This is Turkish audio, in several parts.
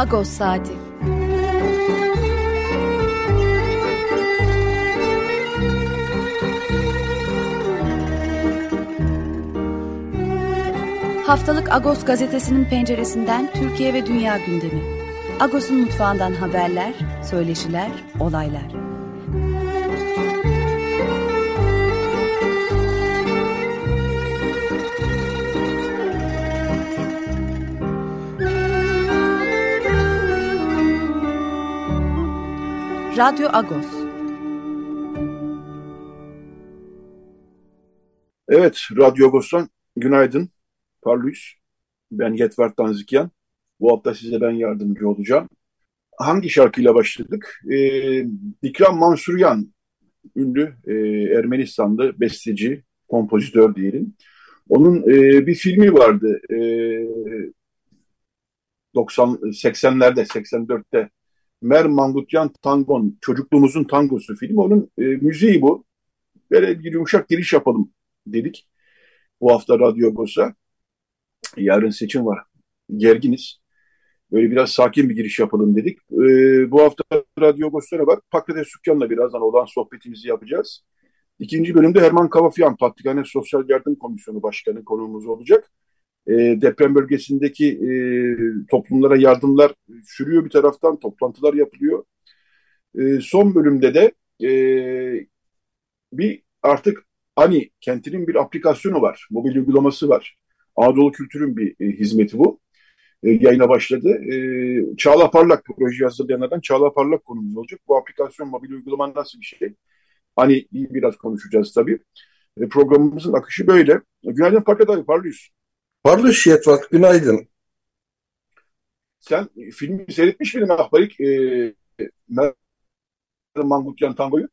Agos Saati. Haftalık Agos gazetesinin penceresinden Türkiye ve dünya gündemi. Agos'un mutfağından haberler, söyleşiler, olaylar. Radyo Agos. Evet, Radyo Agos'tan günaydın. Parlıyız. Ben Yetvert Tanzikyan. Bu hafta size ben yardımcı olacağım. Hangi şarkıyla başladık? İkram Mansuryan, ünlü Ermenistanlı besteci, kompozitör diyelim. Onun bir filmi vardı. 80'lerde, 84'te. Mer Mangutyan Tangon, Çocukluğumuzun Tangosu filmi. Onun müziği bu. Böyle bir yumuşak giriş yapalım dedik. Bu hafta Radyo Agos'a. Yarın seçim var. Gerginiz. Böyle biraz sakin bir giriş yapalım dedik. Bu hafta Radyo Agos'ta var. Pakrates Sükkan'la birazdan olan sohbetimizi yapacağız. İkinci bölümde Herman Kavafyan, Patrikhane Sosyal Yardım Komisyonu Başkanı konuğumuz olacak. Deprem bölgesindeki toplumlara yardımlar sürüyor bir taraftan, toplantılar yapılıyor. Son bölümde de bir artık Ani kentinin bir aplikasyonu var, mobil uygulaması var. Anadolu Kültür'ün bir hizmeti bu. Yayına başladı. Çağla Parlak proje hazırlayanlardan Çağla Parlak konumuz olacak. Bu aplikasyon, mobil uygulama nasıl bir şey? Hani biraz konuşacağız tabii. Programımızın akışı böyle. Günaydın Fakat abi, parlıyoruz. Parlış Yetvat, günaydın. Sen filmi seyretmiş miydin Ahbarik? Merve Mangutyan Tango'yu?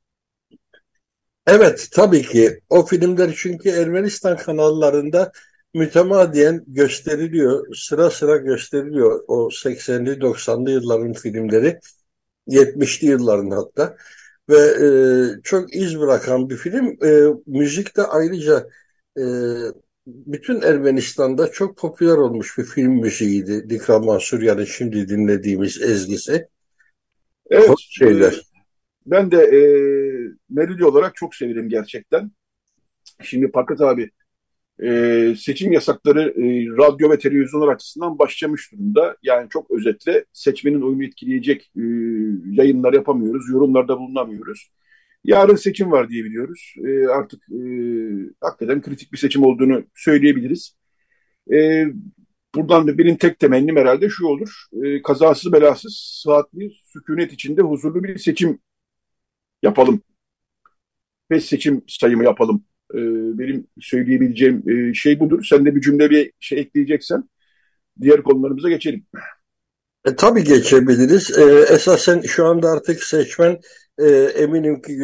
Evet, tabii ki. O filmler çünkü Ermenistan kanallarında mütemadiyen gösteriliyor. Sıra sıra gösteriliyor. O 80'li 90'lı yılların filmleri, 70'li yılların hatta. Ve çok iz bırakan bir film. Müzik de ayrıca e, bütün Ermenistan'da çok popüler olmuş bir film müziğiydi. Dikran Mansuryan'ın şimdi dinlediğimiz ezgisi. Evet. Hoş şeyler. Ben de melodi olarak çok severim gerçekten. Şimdi Fakat abi, seçim yasakları radyo ve televizyonlar açısından başlamış durumda. Yani çok özetle seçmenin oyunu etkileyecek yayınlar yapamıyoruz, yorumlarda bulunamıyoruz. Yarın seçim var diye biliyoruz. Artık hakikaten kritik bir seçim olduğunu söyleyebiliriz. E, Buradan da benim tek temennim herhalde şu olur. Kazasız belasız, saatli, sükunet içinde huzurlu bir seçim yapalım ve seçim sayımı yapalım. Benim söyleyebileceğim şey budur. Sen de bir cümle bir şey ekleyeceksen diğer konularımıza geçelim. Tabii geçebiliriz. Esasen şu anda artık seçmen eminim ki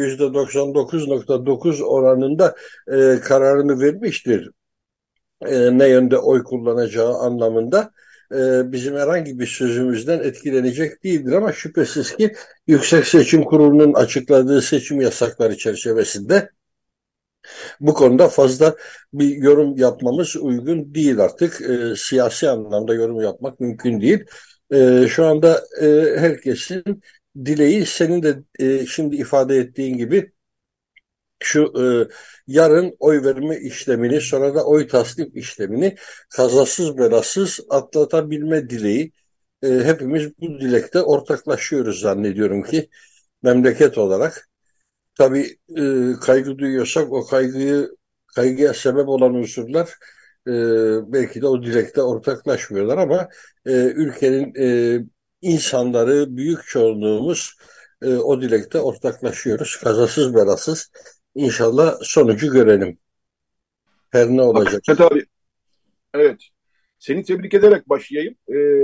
%99,9 oranında kararını vermiştir. Ne yönde oy kullanacağı anlamında bizim herhangi bir sözümüzden etkilenecek değildir. Ama şüphesiz ki Yüksek Seçim Kurulu'nun açıkladığı seçim yasakları çerçevesinde bu konuda fazla bir yorum yapmamız uygun değil artık. Siyasi anlamda yorum yapmak mümkün değil. Şu anda herkesin dileği senin de şimdi ifade ettiğin gibi şu yarın oy verme işlemini sonra da oy tasnif işlemini kazasız belasız atlatabilme dileği. Hepimiz bu dilekte ortaklaşıyoruz zannediyorum ki memleket olarak. Tabii kaygı duyuyorsak o kaygıya sebep olan unsurlar e, belki de o dilekte ortaklaşmıyorlar ama ülkenin insanları büyük çoğunluğumuz o dilekte ortaklaşıyoruz. Kazasız belasız İnşallah sonucu görelim. Her ne olacak? Fakat abi, evet, seni tebrik ederek başlayayım.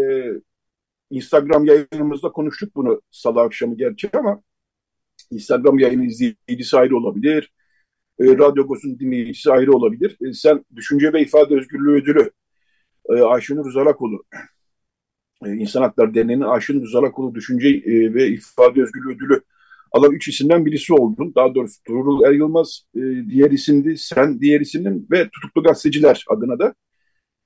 Instagram yayınımızda konuştuk bunu salı akşamı gerçi ama Instagram yayını izleyicisi ayrı olabilir. Radyo Agos'un dinleyicisi ayrı olabilir. Sen Düşünce ve İfade Özgürlüğü Ödülü, Ayşenur Rızalakoğlu, İnsan Hakları Derneği'nin Ayşenur Rızalakoğlu Düşünce ve İfade Özgürlüğü Ödülü alan 3 isimden birisi oldun. Daha doğrusu Tuğrul Er Yılmaz diğer isimdi, sen diğer isimdin ve Tutuklu Gazeteciler adına da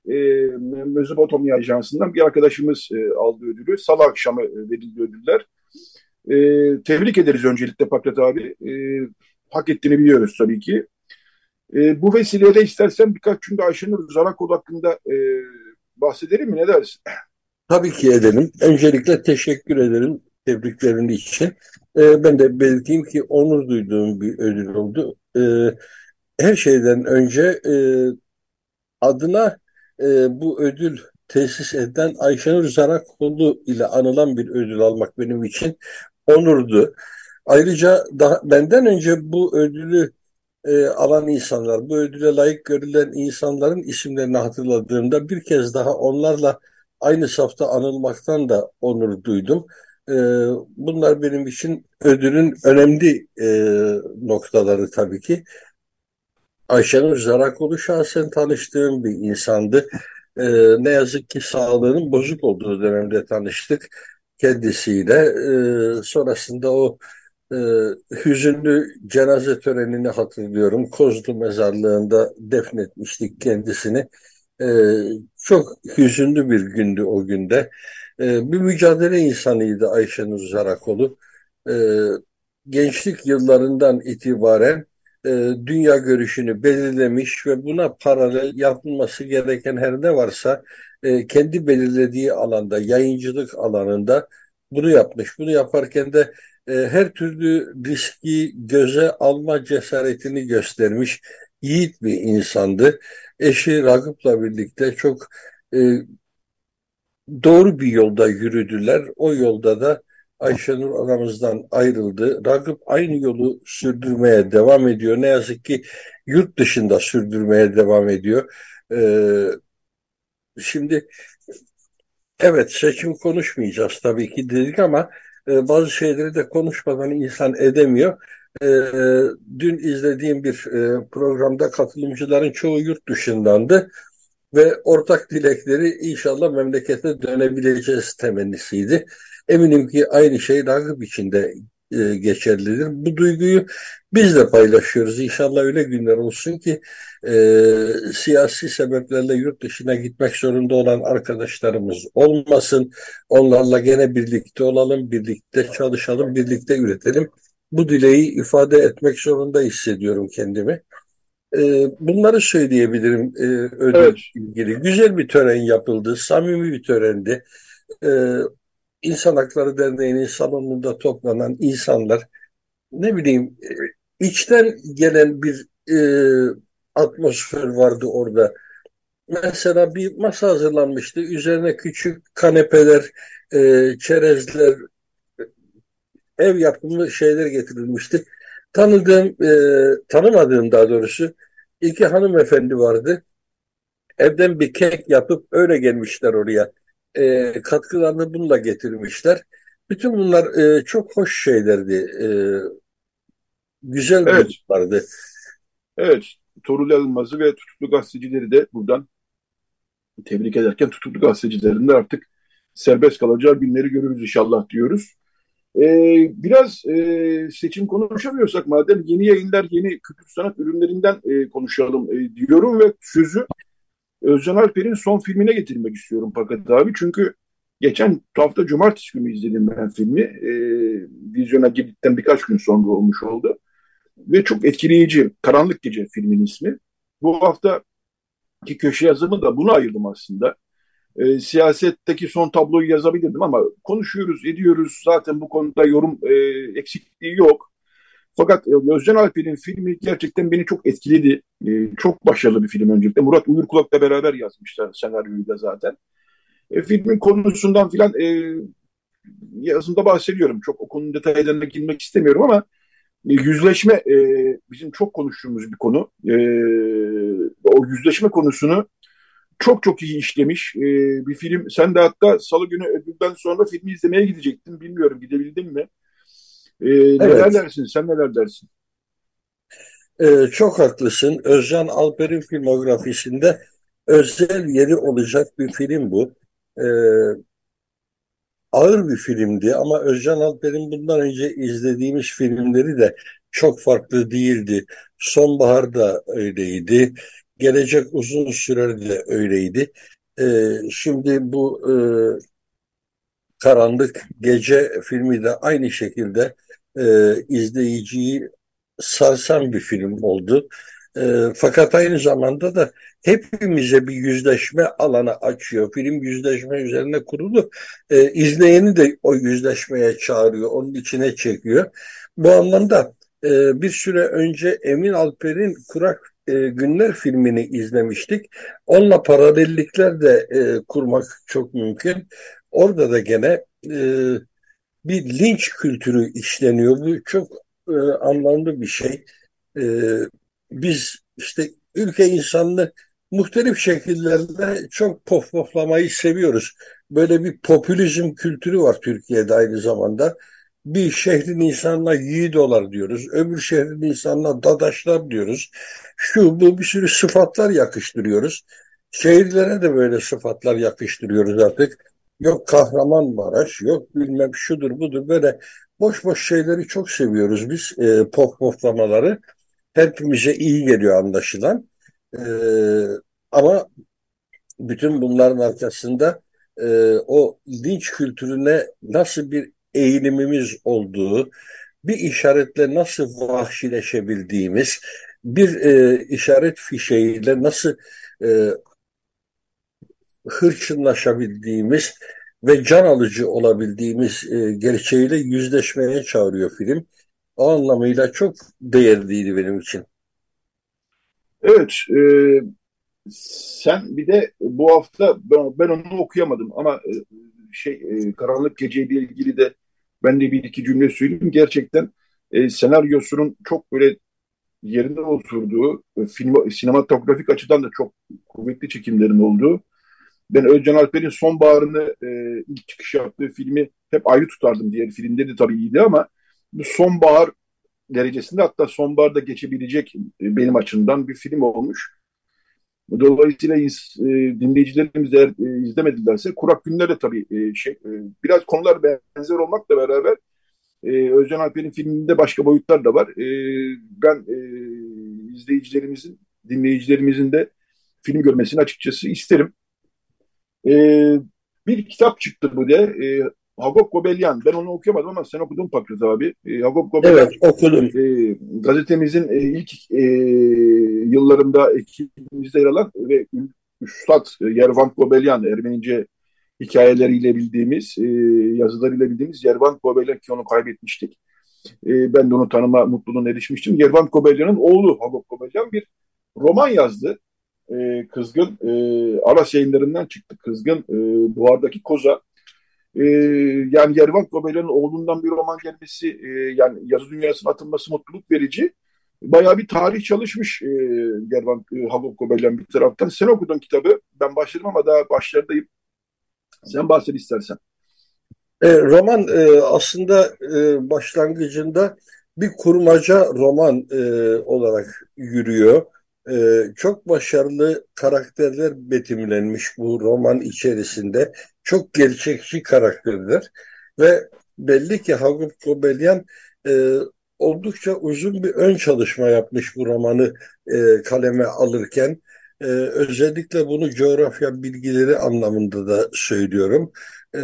Mezopotamya Ajansı'ndan bir arkadaşımız aldı ödülü. Salı akşamı verildi ödüller. Tebrik ederiz öncelikle Pakrat abi. Hak ettiğini biliyoruz tabii ki. Bu vesileyle istersen birkaç cümle Ayşenur Zarakol hakkında bahsedelim mi? Ne dersin? Tabii ki edelim. Öncelikle teşekkür ederim tebriklerin için. Ben de belirteyim ki onur duyduğum bir ödül oldu. Her şeyden önce adına bu ödül tesis edilen Ayşenur Zarakoğlu ile anılan bir ödül almak benim için onurdu. Ayrıca benden önce bu ödülü alan insanlar, bu ödüle layık görülen insanların isimlerini hatırladığımda bir kez daha onlarla aynı safta anılmaktan da onur duydum. E, Bunlar benim için ödülün önemli noktaları tabii ki. Ayşenur Zarakolu şahsen tanıştığım bir insandı. Ee, Ne yazık ki sağlığının bozuk olduğu dönemde tanıştık kendisiyle. Sonrasında o e, hüzünlü cenaze törenini hatırlıyorum. Kozlu Mezarlığı'nda defnetmiştik kendisini. Ee, Çok hüzünlü bir gündü o günde. Bir mücadele insanıydı Ayşenur Zarakolu. Ee, Gençlik yıllarından itibaren e, dünya görüşünü belirlemiş ve buna paralel yapılması gereken her ne varsa kendi belirlediği alanda, yayıncılık alanında bunu yapmış. Bunu yaparken de her türlü riski göze alma cesaretini göstermiş yiğit bir insandı. Eşi Ragıp'la birlikte çok e, doğru bir yolda yürüdüler. O yolda da Ayşenur aramızdan ayrıldı. Ragıp aynı yolu sürdürmeye devam ediyor. Ne yazık ki yurt dışında sürdürmeye devam ediyor. Şimdi evet, seçim konuşmayacağız tabii ki dedik ama bazı şeyleri de konuşmadan insan edemiyor. E, Dün izlediğim bir programda katılımcıların çoğu yurt dışındandı. Ve ortak dilekleri inşallah memlekete dönebileceğiz temennisiydi. Eminim ki aynı şey Ragıp için de geçerlidir. Bu duyguyu biz de paylaşıyoruz. İnşallah öyle günler olsun ki siyasi sebeplerle yurt dışına gitmek zorunda olan arkadaşlarımız olmasın. Onlarla gene birlikte olalım, birlikte çalışalım, birlikte üretelim. Bu dileği ifade etmek zorunda hissediyorum kendimi. Bunları söyleyebilirim ödül Evet. ilgili. Güzel bir tören yapıldı, samimi bir törendi. Ee, İnsan Hakları Derneği'nin salonunda toplanan insanlar, ne bileyim, içten gelen bir atmosfer vardı orada. Mesela bir masa hazırlanmıştı. Üzerine küçük kanepeler, çerezler, ev yapımı şeyler getirilmişti. Tanımadığım daha doğrusu iki hanımefendi vardı. Evden bir kek yapıp öyle gelmişler oraya. Katkılarını bununla getirmişler. Bütün bunlar çok hoş şeylerdi. Güzel Evet. durumlardı. Evet. Tuğrul Elmaz'ı ve tutuklu gazetecileri de buradan tebrik ederken tutuklu gazetecilerin de artık serbest kalacağı günleri görürüz inşallah diyoruz. Biraz seçim konuşamıyorsak madem yeni yayınlar, yeni kültür sanat ürünlerinden konuşalım diyorum ve sözü Özcan Alper'in son filmine getirmek istiyorum Fakat abi. Çünkü geçen hafta cumartesi günü izledim ben filmi. Vizyona girdikten birkaç gün sonra olmuş oldu. Ve çok etkileyici. Karanlık Gece filmin ismi. Bu haftaki köşe yazımı da buna ayırdım aslında. Siyasetteki son tabloyu yazabilirdim ama konuşuyoruz, ediyoruz. Zaten bu konuda yorum eksikliği yok. Fakat Özcan Alper'in filmi gerçekten beni çok etkiledi. Çok başarılı bir film öncelikle. Murat Uyurkulak'la beraber yazmışlar senaryoyu da zaten. Filmin konusundan filan yazımda bahsediyorum. Çok o konunun detaylarına girmek istemiyorum ama yüzleşme bizim çok konuştuğumuz bir konu. O yüzleşme konusunu çok çok iyi işlemiş bir film. Sen de hatta Salı günü ödülden sonra filmi izlemeye gidecektin. Bilmiyorum gidebildin mi? Neler Evet, dersin? Sen neler dersin? çok haklısın. Özcan Alper'in filmografisinde özel yeri olacak bir film bu. Ee, Ağır bir filmdi ama Özcan Alper'in bundan önce izlediğimiz filmleri de çok farklı değildi. Sonbahar da öyleydi. Gelecek uzun süredir de öyleydi. Şimdi bu Karanlık Gece filmi de aynı şekilde izleyiciyi sarsan bir film oldu. Fakat aynı zamanda da hepimize bir yüzleşme alanı açıyor. Film yüzleşme üzerine kurulu. İzleyeni de o yüzleşmeye çağırıyor, onun içine çekiyor. Bu anlamda bir süre önce Emin Alper'in Kurak Günler filmini izlemiştik. Onunla paralellikler de kurmak çok mümkün. Orada da gene e, bir linç kültürü işleniyor. Bu çok anlamlı bir şey. E, Biz işte ülke insanını muhtelif şekillerde çok pohpohlamayı seviyoruz. Böyle bir popülizm kültürü var Türkiye'de aynı zamanda. Bir şehrin insanına yiğidolar diyoruz. Öbür şehrin insanına dadaşlar diyoruz. Şu bu bir sürü sıfatlar yakıştırıyoruz. Şehirlere de böyle sıfatlar yakıştırıyoruz artık. Yok Kahramanmaraş, yok bilmem şudur budur, böyle boş boş şeyleri çok seviyoruz biz, pohpohlamaları. Hepimize iyi geliyor anlaşılan. E, Ama bütün bunların arkasında o linç kültürüne nasıl bir eğilimimiz olduğu, bir işaretle nasıl vahşileşebildiğimiz, bir işaret fişeğiyle nasıl e, hırçınlaşabildiğimiz ve can alıcı olabildiğimiz gerçeğiyle yüzleşmeye çağırıyor film. O anlamıyla çok değerliydi benim için. Evet, sen bir de bu hafta ben onu okuyamadım ama Karanlık Gece ile ilgili de ben de bir iki cümle söyleyeyim. Gerçekten senaryosunun çok böyle yerine oturduğu, sinematografik açıdan da çok kuvvetli çekimlerin olduğu. Ben Özcan Alper'in Sonbahar'ını ilk çıkış yaptığı filmi hep ayrı tutardım. Diğer filmde de tabii iyiydi ama bu Sonbahar derecesinde, hatta sonbaharda geçebilecek benim açımdan bir film olmuş. Dolayısıyla dinleyicilerimiz eğer izlemedilerse Kurak Günler de tabii biraz konular benzer olmakla beraber Özcan Alper'in filminde başka boyutlar da var. Ben izleyicilerimizin, dinleyicilerimizin de film görmesini açıkçası isterim. E, Bir kitap çıktı bu da. Hagop Gobelyan. Ben onu okuyamadım ama sen okudun Pakrat abi. Hagop Evet, Gobelyan okudum. gazetemizin ilk yıllarında ekibimizde yer alan ve Üstad Yervant Gobelyan, Ermenice hikayeleriyle bildiğimiz, yazılarıyla bildiğimiz Yervant Gobelyan, ki onu kaybetmiştik. Ben de onu tanıma mutluluğuna erişmiştim. Yervant Gobelyan'ın oğlu Hagop Gobelyan bir roman yazdı. Kızgın, Aras Yayınları'ndan çıktı. Kızgın, Buhardaki Koza. Yani Yervant Gobelyan'ın oğlundan bir roman gelmesi, yani yazı dünyasına atılması mutluluk verici. Bayağı bir tarih çalışmış Yervant Hagop Gobelyan bir taraftan. Sen okudun kitabı. Ben başladım ama daha başlardayım. Sen bahset istersen. Roman aslında başlangıcında bir kurmaca roman olarak yürüyor. Çok başarılı karakterler betimlenmiş bu roman içerisinde. Çok gerçekçi karakterler ve belli ki Hagop Gobelyan e, oldukça uzun bir ön çalışma yapmış bu romanı kaleme alırken. Özellikle bunu coğrafya bilgileri anlamında da söylüyorum. E,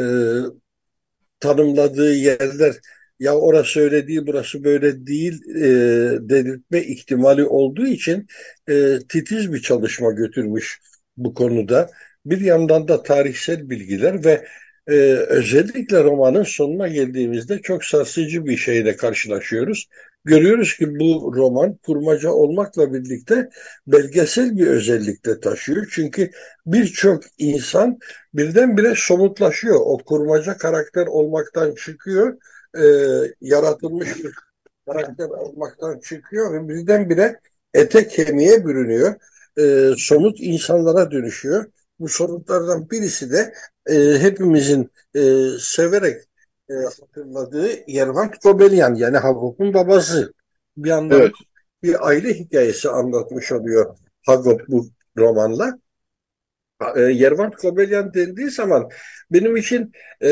Tanımladığı yerler, ya orası öyle değil burası böyle değil dedirtme ihtimali olduğu için titiz bir çalışma götürmüş bu konuda. Bir yandan da tarihsel bilgiler ve özellikle romanın sonuna geldiğimizde çok sarsıcı bir şeyle karşılaşıyoruz. Görüyoruz ki bu roman kurmaca olmakla birlikte belgesel bir özellik de taşıyor. Çünkü birçok insan birdenbire somutlaşıyor. O kurmaca karakter olmaktan çıkıyor. E, Yaratılmış bir karakter olmaktan çıkıyor ve birdenbire ete kemiğe bürünüyor. Somut insanlara dönüşüyor. Bu somutlardan birisi de hepimizin severek hatırladığı Yervant Gobelyan, yani Hagop'un babası. Bir yandan Evet. bir aile hikayesi anlatmış oluyor Hagop bu romanla. Yervant Gobelyan dendiği zaman benim için e,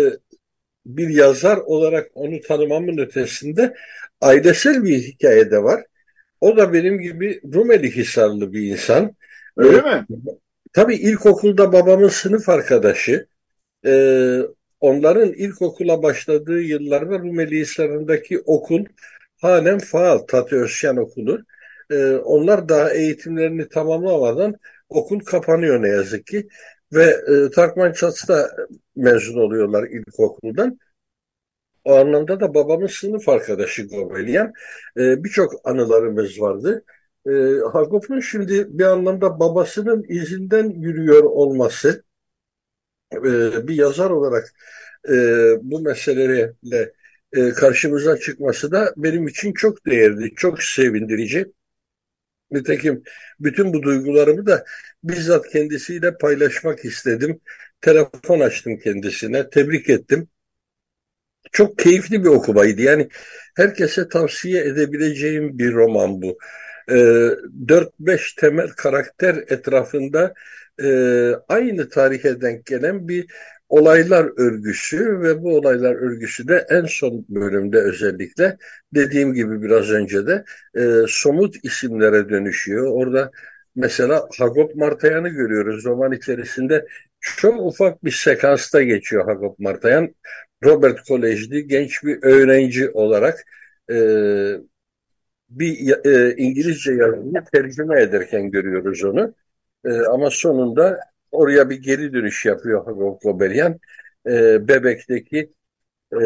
bir yazar olarak onu tanımamın ötesinde ailesel bir hikaye de var. O da benim gibi Rumeli Hisarlı bir insan. Öyle E, mi? tabii ilkokulda babamın sınıf arkadaşı. E, onların ilkokula başladığı yıllarda Rumeli Hisarı'ndaki okul halen faal. Tatı Özşen Okulu. Onlar daha eğitimlerini tamamlamadan okul kapanıyor ne yazık ki. Ve Takmançats'ta mezun oluyorlar ilkokuldan. O anlamda da babamın sınıf arkadaşı Gobelyan. Birçok anılarımız vardı. E, Hagop'un şimdi bir anlamda babasının izinden yürüyor olması, bir yazar olarak e, bu meselelerle karşımıza çıkması da benim için çok değerli, çok sevindirici. Nitekim bütün bu duygularımı da bizzat kendisiyle paylaşmak istedim. Telefon açtım kendisine, tebrik ettim. Çok keyifli bir okumaydı. Yani herkese tavsiye edebileceğim bir roman bu. Ee, 4-5 temel karakter etrafında aynı tarihe denk gelen bir olaylar örgüsü ve bu olaylar örgüsü de en son bölümde özellikle dediğim gibi biraz önce de somut isimlere dönüşüyor. Orada mesela Hagop Martayan'ı görüyoruz roman içerisinde. Çok ufak bir sekansta geçiyor Hagop Martayan. Robert Kolej'di genç bir öğrenci olarak e, İngilizce yazıyı tercüme ederken görüyoruz onu. Ama sonunda oraya bir geri dönüş yapıyor Hagop Gobelyan. Bebek'teki e,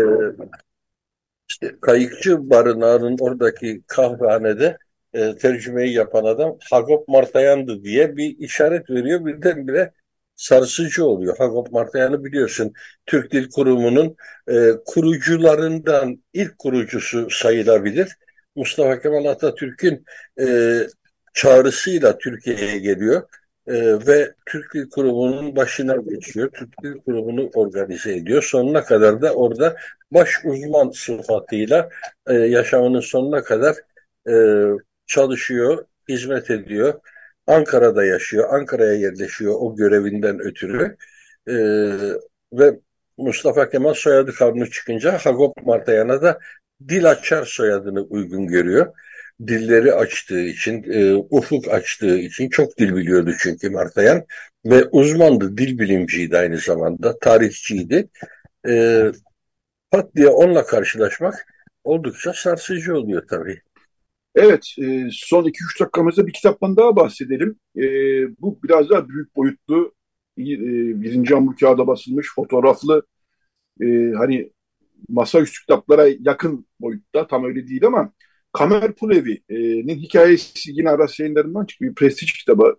işte kayıkçı barınağının oradaki kahvehanede tercümeyi yapan adam Hagop Martayan'dı diye bir işaret veriyor. Birdenbire sarsıcı oluyor. Hagop Martayan'ı biliyorsun Türk Dil Kurumu'nun kurucularından ilk kurucusu sayılabilir. Mustafa Kemal Atatürk'ün e, çağrısıyla Türkiye'ye geliyor. Ve Türk Dil Kurumu'nun başına geçiyor. Türk Dil Kurumu'nu organize ediyor. Sonuna kadar da orada baş uzman sıfatıyla yaşamının sonuna kadar e, çalışıyor, hizmet ediyor. Ankara'da yaşıyor, Ankara'ya yerleşiyor o görevinden ötürü. E, ve Mustafa Kemal soyadı kanunu çıkınca Hagop Martayan'a da Dil Açar soyadını uygun görüyor. Dilleri açtığı için, ufuk açtığı için çok dil biliyordu çünkü Martayan ve uzmandı, dil bilimciydi aynı zamanda, tarihçiydi. E, Pat diye onunla karşılaşmak oldukça sarsıcı oluyor tabii. Evet, son 2-3 dakikamızda bir kitaptan daha bahsedelim. Bu biraz daha büyük boyutlu, birinci hamur kağıda basılmış, fotoğraflı, hani masaüstü kitaplara yakın boyutta, tam öyle değil ama Kamer Pulevi'nin hikayesi yine Aras Yayınları'ndan çıktı. Bir prestij kitabı.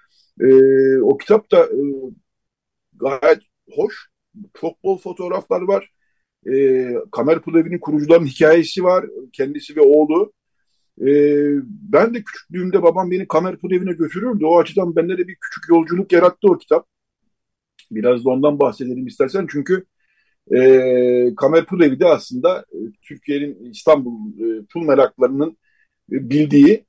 O kitap da gayet hoş. Çok bol fotoğraflar var. Kamer Pulevi'nin kurucularının hikayesi var. Kendisi ve oğlu. Ben de küçüklüğümde babam beni Kamerpur evine götürürdü. O açıdan bende de bir küçük yolculuk yarattı o kitap. Biraz da ondan bahsedelim istersen. Çünkü Kamerpur evi de aslında Türkiye'nin İstanbul pul meraklarının bildiği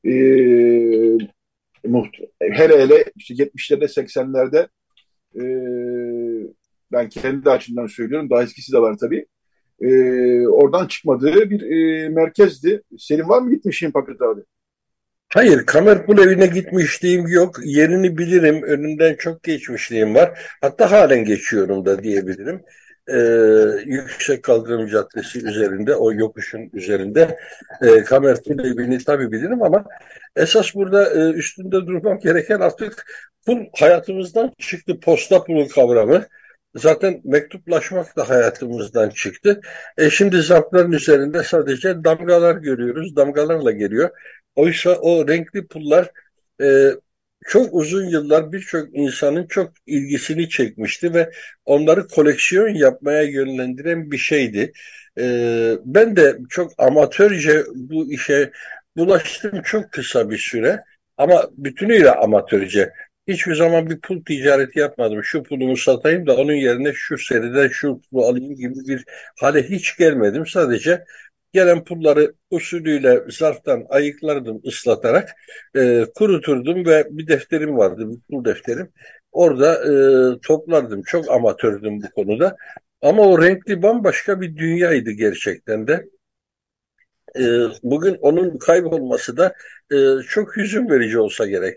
hele hele işte 70'lerde 80'lerde e, ben kendi açımdan söylüyorum. Daha eskisi de var tabii. Oradan çıkmadığı bir merkezdi. Senin var mı gitmişsin Fakret abi? Hayır, Kamerpul evine gitmişliğim yok. Yerini bilirim, önünden çok geçmişliğim var. Hatta halen geçiyorum da diyebilirim. Ee, Yüksek Kaldırım Caddesi üzerinde, o yokuşun üzerinde Kamerpul evini tabii bilirim ama esas burada üstünde durmak gereken artık pul hayatımızdan çıktı, posta pulu kavramı. Zaten mektuplaşmak da hayatımızdan çıktı. Şimdi zarfların üzerinde sadece damgalar görüyoruz, damgalarla geliyor. Oysa o renkli pullar e, çok uzun yıllar birçok insanın çok ilgisini çekmişti ve onları koleksiyon yapmaya yönlendiren bir şeydi. Ben de çok amatörce bu işe bulaştım çok kısa bir süre ama bütünüyle amatörce. Hiçbir zaman bir pul ticareti yapmadım. Şu pulumu satayım da onun yerine şu seriden şu pulu alayım gibi bir hale hiç gelmedim. Sadece gelen pulları usulüyle zarftan ayıklardım ıslatarak, kuruturdum ve bir defterim vardı, bir pul defterim. Orada toplardım. Çok amatördüm bu konuda. Ama o renkli bambaşka bir dünyaydı gerçekten de. Bugün onun kaybolması da çok hüzün verici olsa gerek.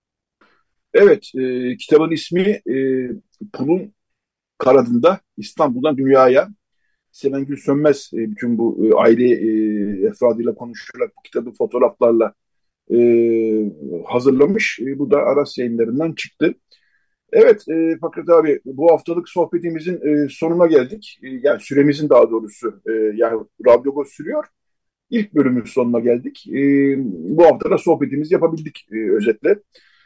Evet, kitabın ismi Pul'un Kanadında İstanbul'dan Dünyaya. Sevengül Sönmez bütün bu aile efradıyla konuşarak bu kitabı fotoğraflarla e, hazırlamış. Bu da Aras Yayınları'ndan çıktı. Evet, Fakret abi, bu haftalık sohbetimizin sonuna geldik. Yani süremizin daha doğrusu, yani Radyo Agos sürüyor. İlk bölümün sonuna geldik. Bu hafta da sohbetimizi yapabildik özetle.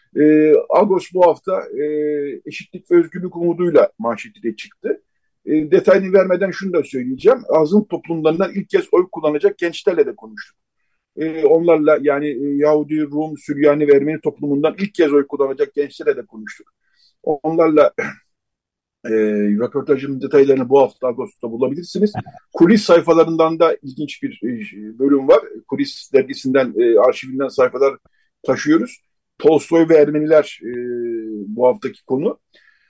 Agos bu hafta eşitlik ve özgürlük umuduyla manşetiyle çıktı. Detayını vermeden şunu da söyleyeceğim. Azın toplumlarından ilk kez oy kullanacak gençlerle de konuştuk. Onlarla yani Yahudi, Rum, Süryani ve Ermeni toplumundan ilk kez oy kullanacak gençlerle de konuştuk. Onlarla e, röportajın detaylarını bu hafta Ağustos'ta bulabilirsiniz. Kulis sayfalarından da ilginç bir bölüm var. Kulis dergisinden, arşivinden sayfalar taşıyoruz. Tolstoy ve Ermeniler bu haftaki konu.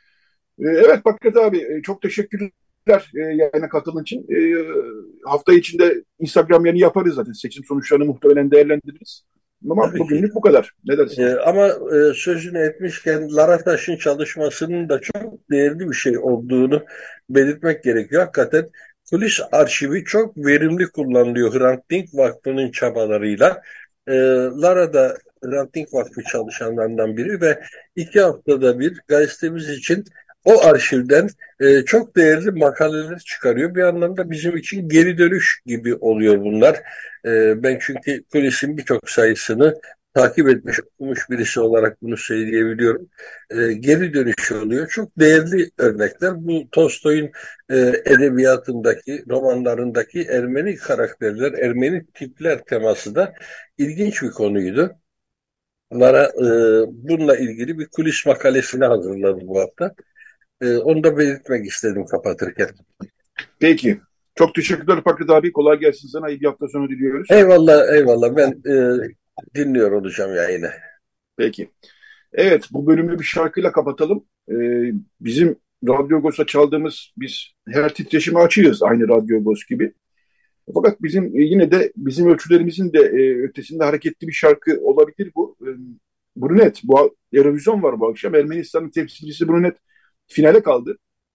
Evet Bakret abi, çok teşekkürler yayına katıldığın için. Hafta içinde Instagram yayını yaparız zaten. Seçim sonuçlarını muhtemelen değerlendiririz. Ama Tabii ki. bugünlük bu kadar. Ne dersin? Ama sözünü etmişken Larataş'ın çalışmasının da çok değerli bir şey olduğunu belirtmek gerekiyor. Hakikaten kulis arşivi çok verimli kullanılıyor Hrant Dink Vakfı'nın çabalarıyla. Lara da Hrant Dink Vakfı çalışanlarından biri ve 2 haftada bir gazetemiz için o arşivden çok değerli makaleler çıkarıyor. Bir anlamda bizim için geri dönüş gibi oluyor bunlar. Ben çünkü kulisin birçok sayısını takip etmiş, okumuş birisi olarak bunu söyleyebiliyorum. Geri dönüşü oluyor. Çok değerli örnekler. Bu Tolstoy'un edebiyatındaki, romanlarındaki Ermeni karakterler, Ermeni tipler teması da ilginç bir konuydu. Lara bununla ilgili bir kulis makalesini hazırladı bu hafta. Onu da belirtmek istedim kapatırken. Peki. Çok teşekkürler Fakret abi. Kolay gelsin sana. İyi bir hafta sonu diliyoruz. Eyvallah, eyvallah. Ben dinliyor olacağım yayını. Peki. Evet, bu bölümü bir şarkıyla kapatalım. Bizim Radyo Agos'a çaldığımız, biz her titreşime açığız aynı Radyo Agos gibi. Fakat bizim yine de bizim ölçülerimizin de ötesinde hareketli bir şarkı olabilir bu. Brunet, bu Eurovision var bu akşam. Ermenistan'ın temsilcisi Brunet finale kaldı.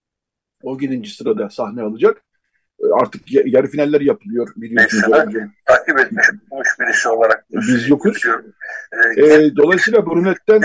O 7. sırada sahne alacak. Artık yarı finaller yapılıyor biliyorsunuz. Takip etmiş birisi olarak Biz yokuz. diyorum. Dolayısıyla Brunet'ten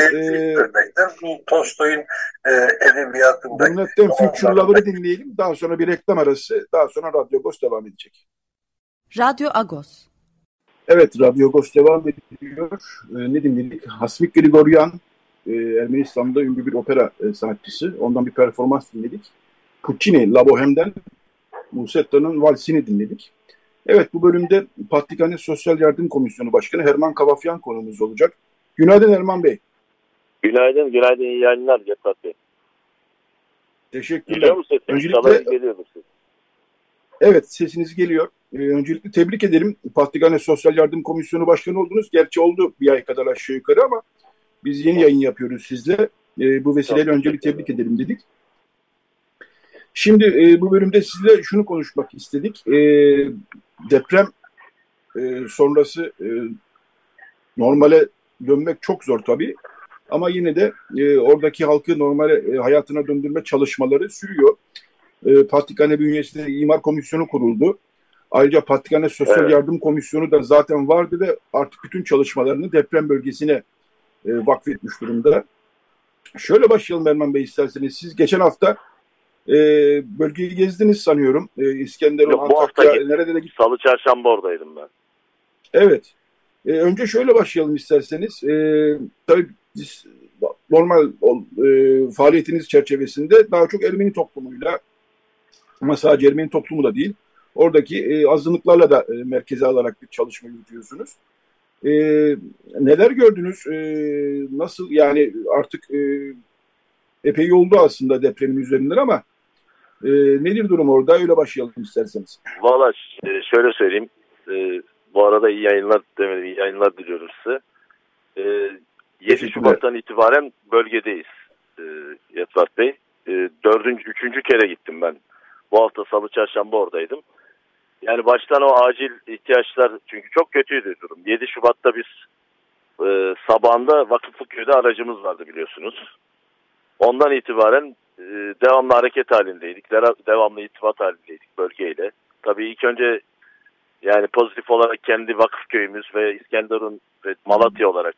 bu Tolstoy'un edebiyatındaki Brunet'ten Future Lover'ı dinleyelim. Daha sonra bir reklam arası. Daha sonra Radyo Agos devam edecek. Radyo Agos. Evet, Radyo Agos devam ediyor. Ne dinledik? Hasmik Grigoryan, Ermenistan'da ünlü bir opera sanatçısı. Ondan bir performans dinledik. Puccini, La Bohème'den Musetta'nın Valsini dinledik. Evet, bu bölümde Patrikhane Sosyal Yardım Komisyonu Başkanı Herman Kavafyan konuğumuz olacak. Günaydın Herman Bey. Günaydın, günaydın. İyi yayınlar Gökhan Bey. Teşekkürler. Geliyor mu sesim? Öncelikle, geliyor mu sesim? evet, sesiniz geliyor. Öncelikle tebrik ederim. Patrikhane Sosyal Yardım Komisyonu Başkanı oldunuz. Gerçi oldu bir ay kadar aşağı yukarı ama biz yeni yayın yapıyoruz sizle. Bu vesileyle önce bir tebrik edelim dedik. Şimdi bu bölümde sizle şunu konuşmak istedik. Deprem sonrası normale dönmek çok zor tabii. Ama yine de oradaki halkı normale hayatına döndürme çalışmaları sürüyor. Patrikhane bünyesinde imar komisyonu kuruldu. Ayrıca Patrikhane Sosyal Yardım Komisyonu da zaten vardı ve artık bütün çalışmalarını deprem bölgesine vakfetmiş durumda. Şöyle başlayalım Erman Bey isterseniz. Siz geçen hafta bölgeyi gezdiniz sanıyorum. İskenderun, Antakya, nerede de gittiniz? Salı, çarşamba oradaydım ben. Evet. Önce şöyle başlayalım isterseniz. Tabii biz normal faaliyetiniz çerçevesinde daha çok Ermeni toplumuyla, ama sadece Ermeni toplumu da değil, oradaki azınlıklarla da merkeze alarak bir çalışma yürütüyorsunuz. Neler gördünüz? Nasıl yani artık epey oldu aslında depremin üzerinden ama nedir durum orada? Öyle başlayalım isterseniz. Valla şöyle söyleyeyim. Bu arada iyi yayınlar diliyorum size. 7 Şubat'tan itibaren bölgedeyiz Yetvat Bey. 3. kere gittim ben. Bu hafta Salı, Çarşamba oradaydım. Yani baştan o acil ihtiyaçlar, çünkü çok kötüydü durum. 7 Şubat'ta biz sabahında Vakıflıköy'de aracımız vardı biliyorsunuz. Ondan itibaren devamlı hareket halindeydik. Devamlı irtibat halindeydik bölgeyle. Tabii ilk önce yani pozitif olarak kendi Vakıfköy'ümüz ve İskenderun ve Malatya olarak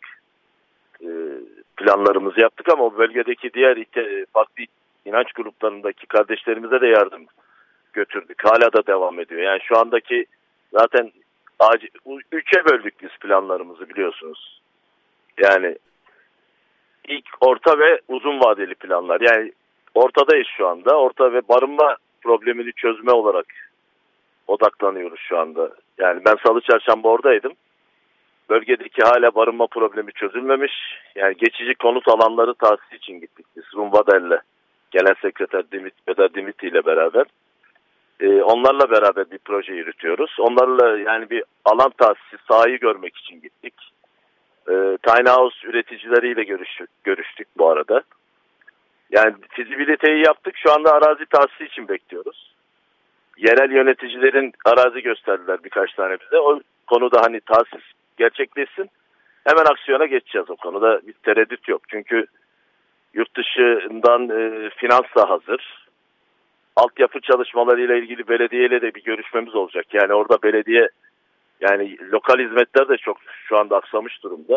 planlarımızı yaptık ama o bölgedeki diğer farklı inanç gruplarındaki kardeşlerimize de yardım götürdük. Hala da devam ediyor. Yani şu andaki zaten üçe böldük biz planlarımızı biliyorsunuz. Yani ilk, orta ve uzun vadeli planlar. Yani ortadayız şu anda. Orta ve barınma problemini çözme olarak odaklanıyoruz şu anda. Yani ben Salı Çarşamba oradaydım. Bölgedeki hala barınma problemi çözülmemiş. Yani geçici konut alanları tahsis için gittik biz. Rumvadel'le Genel Sekreter Vedat Dimitri ile beraber. Onlarla beraber bir proje yürütüyoruz. Onlarla yani bir alan tahsisi, sahayı görmek için gittik. Tiny House üreticileriyle görüştük bu arada. Yani fizibiliteyi yaptık. Şu anda arazi tahsisi için bekliyoruz. Yerel yöneticilerin arazi gösterdiler birkaç tane bize. O konuda hani tahsis gerçekleşsin. Hemen aksiyona geçeceğiz o konuda. Bir tereddüt yok. Çünkü yurt dışından finans da hazır. Altyapı çalışmalarıyla ilgili belediyeyle de bir görüşmemiz olacak. Yani orada belediye, yani lokal hizmetler de çok şu anda aksamış durumda.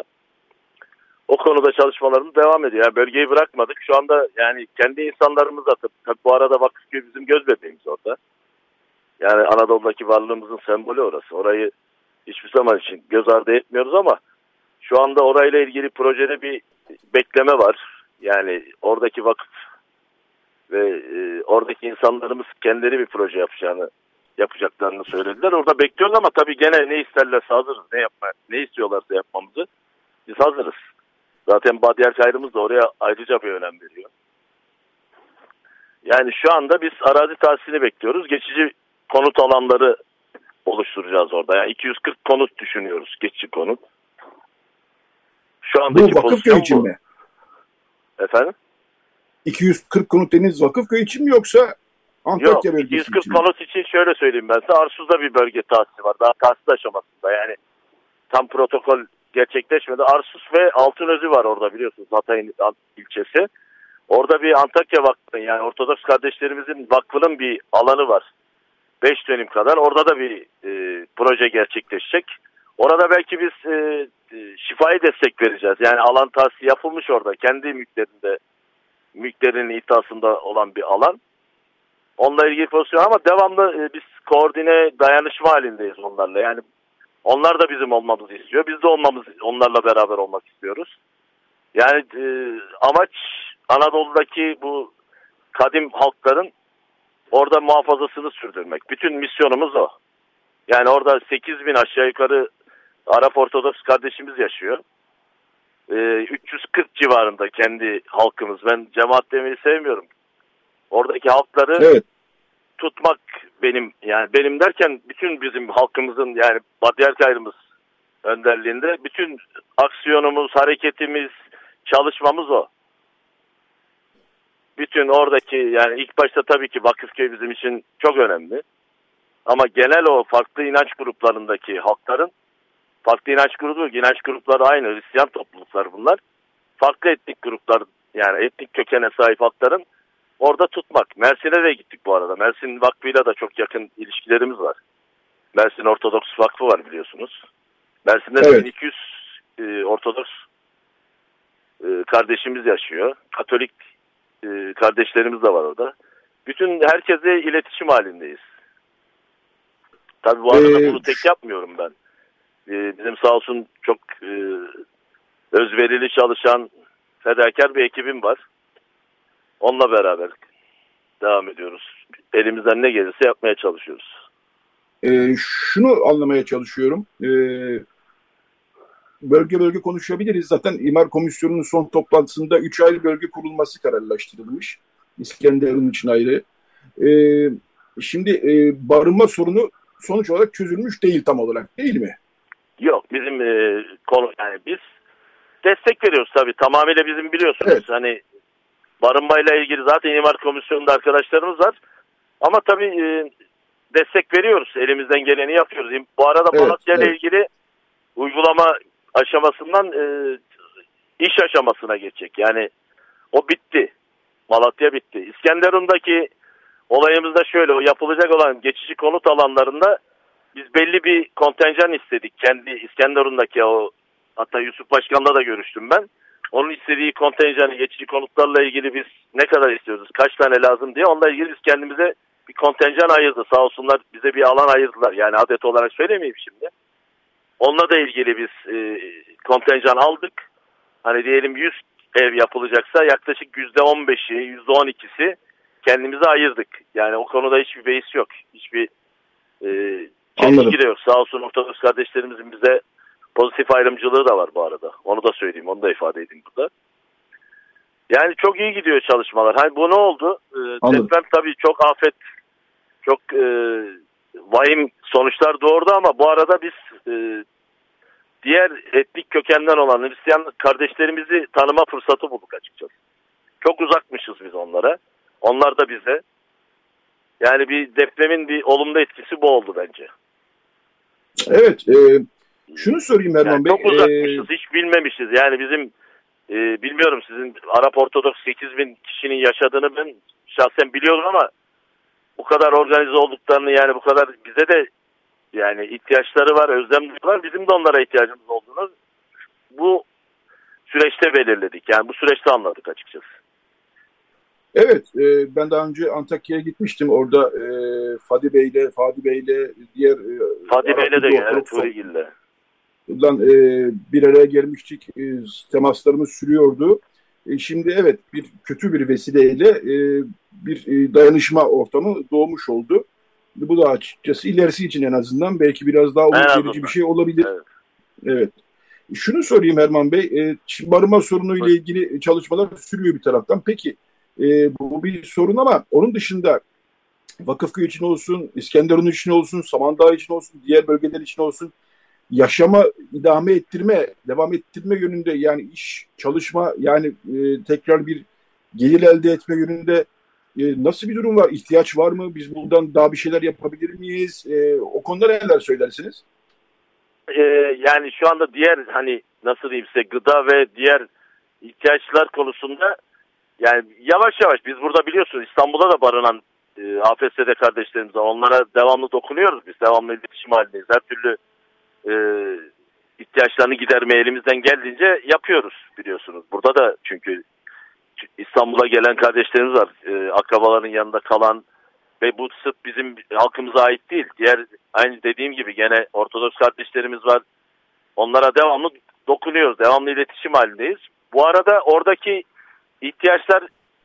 O konuda çalışmalarımız devam ediyor. Yani bölgeyi bırakmadık. Şu anda yani kendi insanlarımız da tabii bu arada Vakıfköy bizim göz bebeğimiz orada. Yani Anadolu'daki varlığımızın sembolü orası. Orayı hiçbir zaman için göz ardı etmiyoruz ama şu anda orayla ilgili projede bir bekleme var. Yani oradaki vakıf ve oradaki insanlarımız kendileri bir proje yapacaklarını söylediler. Orada bekliyoruz ama tabii gene ne isterlerse hazırız. Ne istiyorlarsa yapmamızı biz hazırız. Zaten Badyar Kayrımız da oraya ayrıca bir önem veriyor. Yani şu anda biz arazi tahsisini bekliyoruz. Geçici konut alanları oluşturacağız orada. Yani 240 konut düşünüyoruz. Geçici konut. Şu andaki bu Vakıfköy için mi? Efendim? 240 konut deniz Vakıfköy için mi yoksa Antakya bölgesi için mi? 240 konut için şöyle söyleyeyim ben size. Arsuz'da bir bölge tahsisi var. Daha tahsis aşamasında. Yani tam protokol gerçekleşmedi. Arsuz ve Altınözü var orada biliyorsunuz. Hatay'ın ilçesi. Orada bir Antakya Vakfı'nın, yani Ortodoks kardeşlerimizin vakfının bir alanı var. 5 dönüm kadar. Orada da bir proje gerçekleşecek. Orada belki biz şifai destek vereceğiz. Yani alan tahsisi yapılmış orada. Kendi mülklerinin iddiasında olan bir alan. Onunla ilgili pozisyon ama devamlı biz koordine, dayanışma halindeyiz onlarla. Yani onlar da bizim olmamızı istiyor. Biz de onlarla beraber olmak istiyoruz. Yani amaç Anadolu'daki bu kadim halkların orada muhafazasını sürdürmek. Bütün misyonumuz o. Yani orada 8 bin aşağı yukarı Arap Ortodoks kardeşimiz yaşıyor. 340 civarında kendi halkımız. Ben cemaat demeyi sevmiyorum. Oradaki halkları tutmak benim derken bütün bizim halkımızın, yani Badyar Kayrımız önderliğinde bütün aksiyonumuz, hareketimiz, çalışmamız o. Bütün oradaki, yani ilk başta tabii ki Vakıfköy bizim için çok önemli. Ama genel o farklı inanç gruplarındaki halkların, farklı inanç grupları aynı, Hristiyan topluluklar bunlar. Farklı etnik gruplar, yani etnik kökene sahip halkların orada tutmak. Mersin'e de gittik bu arada. Mersin Vakfı'yla da çok yakın ilişkilerimiz var. Mersin Ortodoks Vakfı var biliyorsunuz. Mersin'de de 1200 Ortodoks kardeşimiz yaşıyor. Katolik kardeşlerimiz de var orada. Bütün herkesle iletişim halindeyiz. Tabii bu arada bunu tek yapmıyorum ben. Bizim sağ olsun çok özverili çalışan fedakar bir ekibim var. Onunla beraber devam ediyoruz. Elimizden ne gelirse yapmaya çalışıyoruz. Şunu anlamaya çalışıyorum. Bölge bölge konuşabiliriz. Zaten İmar Komisyonu'nun son toplantısında 3 ayrı bölge kurulması kararlaştırılmış. İskenderun için ayrı. Şimdi barınma sorunu sonuç olarak çözülmüş değil tam olarak, değil mi? Yok, bizim yani biz destek veriyoruz tabii. Tamamıyla bizim biliyorsunuz. Evet. Hani barınmayla ilgili zaten İmar Komisyonu'nda arkadaşlarımız var. Ama tabii destek veriyoruz. Elimizden geleni yapıyoruz. Bu arada Evet, Malatya ile evet. ilgili uygulama aşamasından iş aşamasına geçecek. Yani o bitti. Malatya bitti. İskenderun'daki olayımızda şöyle, o yapılacak olan geçici konut alanlarında biz belli bir kontenjan istedik. Kendi İskenderun'daki hatta Yusuf Başkan'la da görüştüm ben. Onun istediği kontenjanı, geçici konutlarla ilgili biz ne kadar istiyoruz, kaç tane lazım diye, onunla ilgili biz kendimize bir kontenjan ayırdı. Sağ olsunlar bize bir alan ayırdılar. Yani adet olarak söylemeyeyim şimdi. Onunla da ilgili biz kontenjan aldık. Hani diyelim 100 ev yapılacaksa yaklaşık %15'i, %12'si kendimize ayırdık. Yani o konuda hiçbir beis yok. Hiçbir çelişki de yok. Sağ olsun Ortodoks kardeşlerimizin bize pozitif ayrımcılığı da var bu arada. Onu da söyleyeyim, onu da ifade edeyim burada. Yani çok iyi gidiyor çalışmalar. Hani bu ne oldu? Deprem tabii çok afet, çok vahim sonuçlar doğurdu ama bu arada biz diğer etnik kökenden olan Hristiyan kardeşlerimizi tanıma fırsatı bulduk açıkçası. Çok uzakmışız biz onlara. Onlar da bize. Yani bir depremin bir olumlu etkisi bu oldu bence. Evet. Şunu sorayım Erman yani Bey. Çok uzakmışız. Hiç bilmemişiz. Yani bizim bilmiyorum, sizin Arap Ortodoks 8.000 kişinin yaşadığını ben şahsen biliyorum ama bu kadar organize olduklarını, yani bu kadar bize de yani ihtiyaçları var, özlem duyuyorlar. Bizim de onlara ihtiyacımız olduğunu bu süreçte belirledik. Yani bu süreçte anladık açıkçası. Evet, ben daha önce Antakya'ya gitmiştim. Orada Fadi Bey'le diğer Fadi Bey'le de evet, Turigil'le bir araya gelmiştik. Temaslarımız sürüyordu. Şimdi evet, kötü bir vesileyle bir dayanışma ortamı doğmuş oldu. Bu da açıkçası ilerisi için en azından belki biraz daha umut verici bir şey olabilir. Evet. Evet. Şunu sorayım Erman Bey. Barınma sorunuyla ilgili çalışmalar sürüyor bir taraftan. Peki bu bir sorun ama onun dışında Vakıfköy için olsun, İskenderun için olsun, Samandağ için olsun, diğer bölgeler için olsun, yaşama devam ettirme yönünde, yani iş, çalışma, yani tekrar bir gelir elde etme yönünde nasıl bir durum var? İhtiyaç var mı? Biz buradan daha bir şeyler yapabilir miyiz? O konuda neler söylersiniz? Yani şu anda diğer, hani nasıl diyeyim size, gıda ve diğer ihtiyaçlar konusunda yani yavaş yavaş biz burada biliyorsunuz İstanbul'da da barınan AFS'de kardeşlerimiz var. Onlara devamlı dokunuyoruz. Biz devamlı iletişim halindeyiz. Her türlü ihtiyaçlarını gidermeye elimizden geldiğince yapıyoruz biliyorsunuz. Burada da çünkü İstanbul'a gelen kardeşlerimiz var. Akrabaların yanında kalan ve bu sırf bizim halkımıza ait değil. Diğer, aynı dediğim gibi, gene Ortodoks kardeşlerimiz var. Onlara devamlı dokunuyoruz. Devamlı iletişim halindeyiz. Bu arada oradaki ihtiyaçlar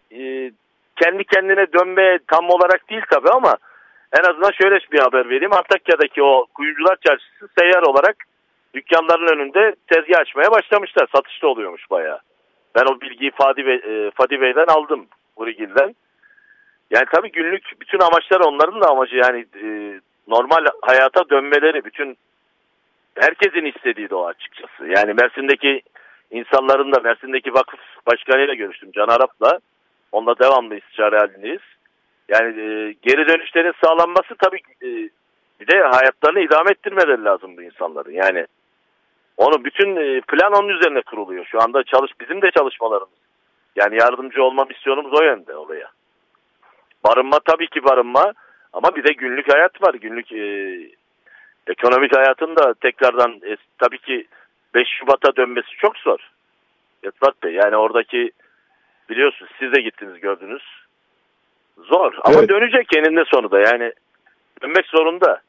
kendi kendine dönmeye tam olarak değil tabii ama en azından şöyle bir haber vereyim. Antakya'daki o Kuyumcular Çarşısı seyyar olarak dükkanların önünde tezgah açmaya başlamışlar. Satışta oluyormuş bayağı. Ben o bilgiyi Fadi Bey'den aldım. Urigil'den. Yani tabii günlük bütün amaçlar, onların da amacı yani normal hayata dönmeleri, bütün herkesin istediği de o açıkçası. Yani Mersin'deki insanların da, Mersin'deki vakıf başkanıyla görüştüm, Can Arap'la. Onunla devamlı istişare halindeyiz. Yani geri dönüşlerin sağlanması tabii bir de hayatlarını idame ettirmeleri lazım bu insanların. Yani onu bütün plan onun üzerine kuruluyor. Şu anda bizim de çalışmalarımız. Yani yardımcı olma misyonumuz o yönde oraya. Barınma tabii ki barınma ama bir de günlük hayat var. Günlük ekonomik hayatın da tekrardan tabii ki 5 Şubat'a dönmesi çok zor. Yetvat Bey, yani oradaki biliyorsunuz, siz de gittiniz gördünüz. Zor ama evet, dönecek eninde sonunda, yani dönmek zorunda.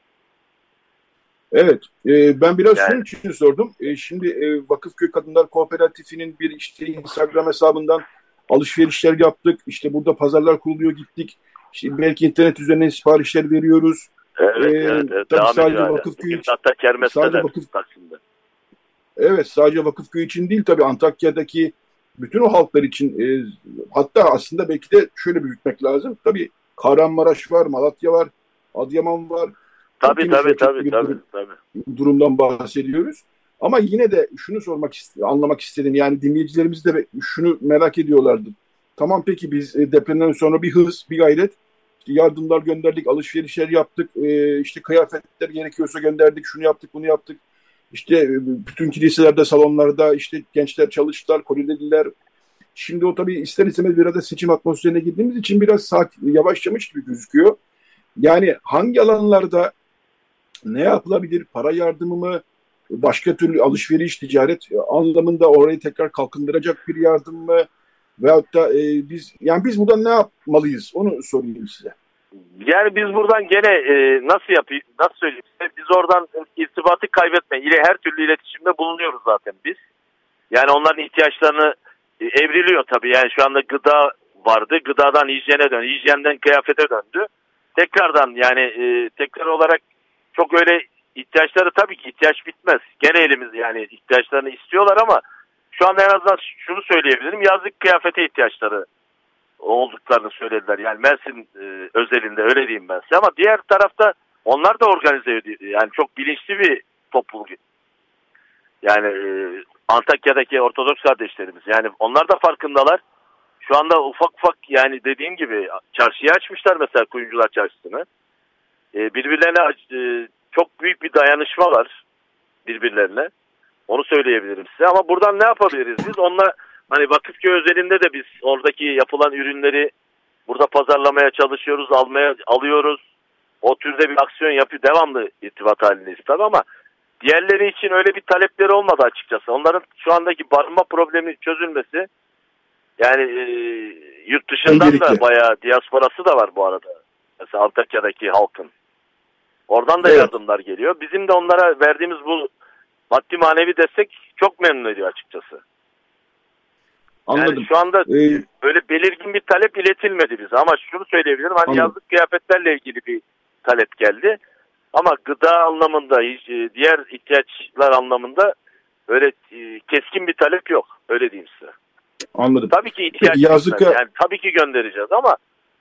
Evet, ben biraz şunun için sordum. Şimdi Vakıfköy Kadınlar Kooperatifi'nin bir Instagram hesabından alışverişler yaptık. İşte burada pazarlar kuruluyor, gittik. İşte belki internet üzerinden siparişler veriyoruz. Evet. Tabii sadece Vakıfköy için. Hatta kermesteler Taksim'de. Evet, sadece Vakıfköy için değil tabii, Antakya'daki bütün o halklar için. Hatta aslında belki de şöyle büyütmek lazım. Tabii Kahramanmaraş var, Malatya var, Adıyaman var. Tabii. Durumdan bahsediyoruz. Ama yine de şunu anlamak istedim. Yani dinleyicilerimiz de şunu merak ediyorlardı. Tamam, peki biz depremden sonra bir hız, bir gayret. İşte yardımlar gönderdik, alışverişler yaptık, işte kıyafetler gerekiyorsa gönderdik, şunu yaptık, bunu yaptık. İşte bütün kiliselerde, salonlarda işte gençler çalıştılar, kolilediler. Şimdi o tabii ister istemez biraz da seçim atmosferine girdiğimiz için biraz sakin, yavaşlamış gibi gözüküyor. Yani hangi alanlarda ne yapılabilir? Para yardımı mı? Başka türlü alışveriş, ticaret anlamında orayı tekrar kalkındıracak bir yardım mı? Veyahut da biz buradan ne yapmalıyız? Onu sorayım size. Yani biz buradan gene nasıl söyleyeyim size, biz oradan irtibatı kaybetmeyin. Yine her türlü iletişimde bulunuyoruz zaten biz. Yani onların ihtiyaçlarını evriliyor tabii. Yani şu anda gıda vardı. Gıdadan hijyene döndü. Hijyenden kıyafete döndü. Tekrardan yani tekrar olarak çok öyle ihtiyaçları, tabii ki ihtiyaç bitmez. Gene elimiz yani ihtiyaçlarını istiyorlar ama şu anda en azından şunu söyleyebilirim. Yazlık kıyafete ihtiyaçları olduklarını söylediler. Yani Mersin özelinde öyle diyeyim ben size. Ama diğer tarafta onlar da organize ediyor. Yani çok bilinçli bir topluluk. Yani Antakya'daki Ortodoks kardeşlerimiz. Yani onlar da farkındalar. Şu anda ufak ufak yani dediğim gibi çarşıyı açmışlar mesela, Kuyumcular Çarşısı'nı. Birbirlerine çok büyük bir dayanışma var birbirlerine. Onu söyleyebilirim size. Ama buradan ne yapabiliriz biz? Onunla hani Vakıfköy özelinde de biz oradaki yapılan ürünleri burada pazarlamaya çalışıyoruz, alıyoruz. O türde bir aksiyon yapıyor. Devamlı irtibat halindeyiz tabii ama diğerleri için öyle bir talepleri olmadı açıkçası. Onların şu andaki barınma problemi çözülmesi, yani yurt dışından da bayağı diasporası da var bu arada. Mesela Antakya'daki halkın. Oradan da yardımlar geliyor. Bizim de onlara verdiğimiz bu maddi manevi destek çok memnun ediyor açıkçası. Anladım. Yani şu anda böyle belirgin bir talep iletilmedi bize. Ama şunu söyleyebilirim. Hani yazlık kıyafetlerle ilgili bir talep geldi. Ama gıda anlamında, diğer ihtiyaçlar anlamında öyle keskin bir talep yok. Öyle diyeyim size. Anladım. Tabii ki ihtiyaç yani tabii ki göndereceğiz ama.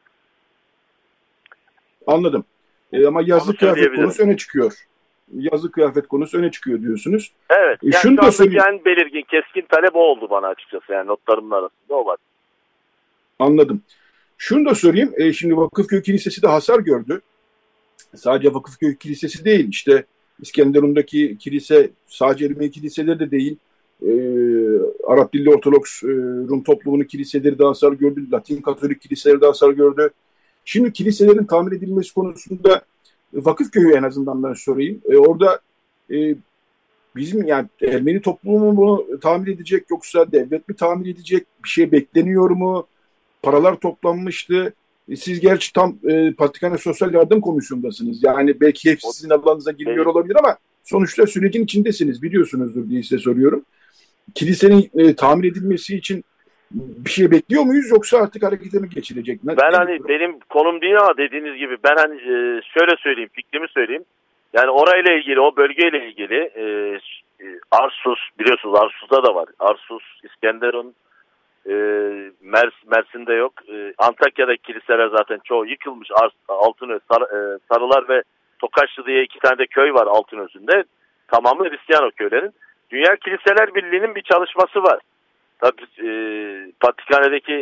Anladım. Ama yazlık kıyafet konusu öne çıkıyor. Yazlık kıyafet konusu öne çıkıyor diyorsunuz. Evet. Yani şunu şu andaki en belirgin, keskin talep o oldu bana açıkçası. Yani notlarımın arasında o var. Anladım. Şunu da sorayım. Şimdi Vakıfköy Kilisesi de hasar gördü. Sadece Vakıfköy Kilisesi değil. İşte İskenderun'daki kilise sadece Ermeni kiliseleri de değil. Arap dilli Ortodoks Rum toplumunun kiliseleri de hasar gördü. Latin Katolik kiliseleri de hasar gördü. Şimdi kiliselerin tamir edilmesi konusunda Vakıfköy'ü en azından ben sorayım. Orada bizim yani Ermeni toplumu mu bunu tamir edecek, yoksa devlet mi tamir edecek? Bir şey bekleniyor mu? Paralar toplanmıştı. Siz gerçi tam Patrikhane Sosyal Yardım Komisyonu'ndasınız. Yani belki hepsi sizin alanınıza girmiyor olabilir ama sonuçta sürecin içindesiniz, biliyorsunuzdur diye size soruyorum. Kilisenin tamir edilmesi için bir şey bekliyor muyuz, yoksa artık harekete mi geçilecek? Ben hani benim konum değil ama dediğiniz gibi ben hani şöyle söyleyeyim, fikrimi söyleyeyim. Yani orayla ilgili, o bölgeyle ilgili Arsus, biliyorsunuz Arsus'ta da var. Arsus, İskenderun, Mersin'de yok. Antakya'daki kiliseler zaten çoğu yıkılmış. Altınöz, Sarılar ve Tokaçlı diye 2 tane de köy var Altınöz'ünde. Tamamı Hristiyan köylerin. Dünya Kiliseler Birliği'nin bir çalışması var. Tabii Patrikhane'deki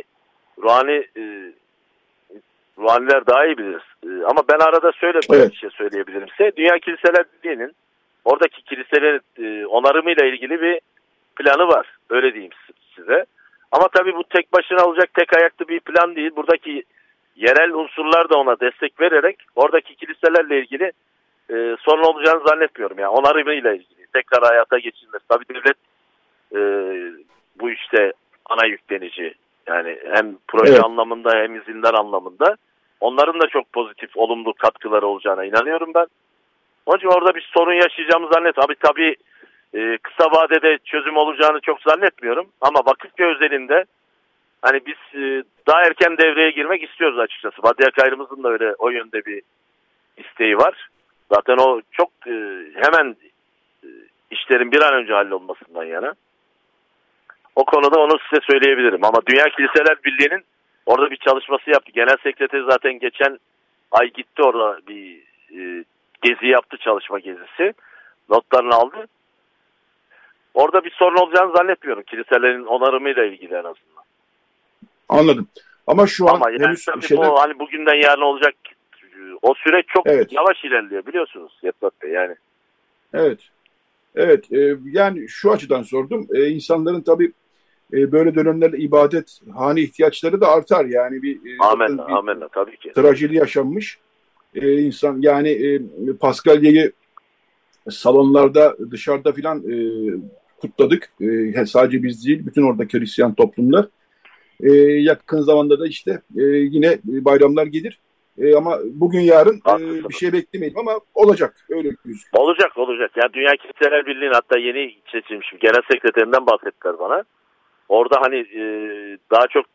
ruhaniler daha iyi bilir. Ama ben arada bir şey söyleyebilirim size. Dünya Kiliseler Birliği'nin oradaki kiliselerin onarımıyla ilgili bir planı var. Öyle diyeyim size. Ama tabii bu tek başına olacak, tek ayaklı bir plan değil. Buradaki yerel unsurlar da ona destek vererek oradaki kiliselerle ilgili sorun olacağını zannetmiyorum. Yani onarımıyla ilgili tekrar hayata geçirilmesi. Tabii devlet bu işte ana yüklenici. Yani hem proje anlamında hem izinler anlamında. Onların da çok pozitif, olumlu katkıları olacağına inanıyorum ben. Onun için orada bir sorun yaşayacağımı zannetmiyorum. Tabii kısa vadede çözüm olacağını çok zannetmiyorum. Ama Vakıfköy özelinde hani biz daha erken devreye girmek istiyoruz açıkçası. Badyak ayrımızın da öyle o yönde bir isteği var. Zaten o çok hemen işlerin bir an önce hallolmasından yana. O konuda onu size söyleyebilirim. Ama Dünya Kiliseler Birliği'nin orada bir çalışması yaptı. Genel sekreteri zaten geçen ay gitti, orada bir gezi yaptı, çalışma gezisi. Notlarını aldı. Orada bir sorun olacağını zannetmiyorum. Kiliselerin onarımıyla ilgili en azından. Anladım. Ama şu an Ama yani henüz tabii şeyler... bu hani bugünden yarın olacak, o süreç çok Evet, yavaş ilerliyor biliyorsunuz Yetvat Bey yani. evet, evet. Yani şu açıdan sordum. İnsanların tabii böyle dönemlerde ibadet hane ihtiyaçları da artar. Yani Amenna, zaten bir amenna tabii ki. trajedi yaşanmış. İnsan yani Paskalya'yı salonlarda, dışarıda filan kutladık. Sadece biz değil, bütün oradaki Hristiyan toplumlar. Yakın zamanda da işte yine bayramlar gelir. Ama bugün yarın bir Haklısınız. şey beklemeyelim ama olacak. Öyle gözüküyor. Olacak, olacak. Yani Dünya Kiliseler Birliği'nin hatta yeni seçilmiş genel sekreterinden bahsettiler bana. Orada hani daha çok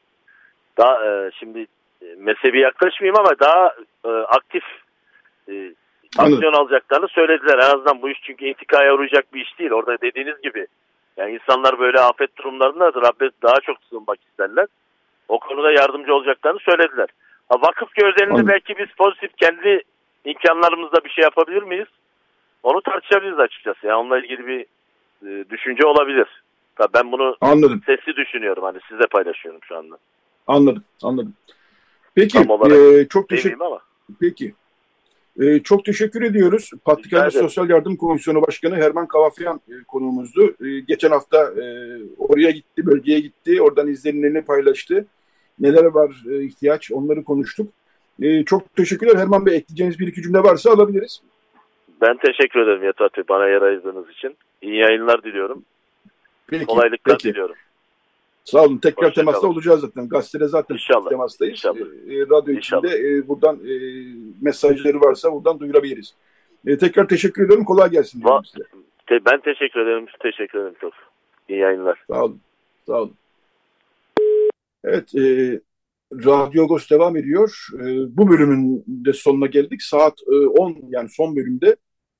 şimdi mezhebi yaklaşmayayım ama daha aktif aksiyon alacaklarını söylediler. En azından bu iş çünkü intikaya uğrayacak bir iş değil. Orada dediğiniz gibi yani insanlar böyle afet durumlarında Rabbe daha çok sığınmak isterler. O konuda yardımcı olacaklarını söylediler. Vakıf gözlerinde belki biz pozitif kendi imkanlarımızla bir şey yapabilir miyiz? Onu tartışabiliriz açıkçası. Yani onunla ilgili bir düşünce olabilir. Tabii ben bunu Anladım. sesli düşünüyorum. Hani sizle paylaşıyorum şu anda. Anladım. Peki çok teşekkür ama. Peki. Çok teşekkür ediyoruz. Patrikhane Sosyal Yardım Komisyonu Başkanı Herman Kavafyan konuğumuzdu. Geçen hafta oraya gitti, bölgeye gitti. Oradan izlenimlerini paylaştı. Neler var ihtiyaç onları konuştuk. Çok teşekkürler Herman Bey. Ekleyeceğiniz bir iki cümle varsa alabiliriz. Ben teşekkür ederim Yetvat Bey bana yer ayırdığınız için. İyi yayınlar diliyorum. Peki, kolaylıklar diliyorum. Sağ olun. Tekrar temasta olacağız zaten. Gazetede zaten İnşallah. temastayız. İnşallah. Radyo içinde buradan mesajları varsa buradan duyurabiliriz. Tekrar teşekkür ederim. Kolay gelsin diyorum size. Ben teşekkür ederim. Teşekkür ederim çok. İyi yayınlar. Sağ olun. Sağ olun. Evet. Radyo Agos devam ediyor. Bu bölümün de sonuna geldik. Saat 10 yani son bölümde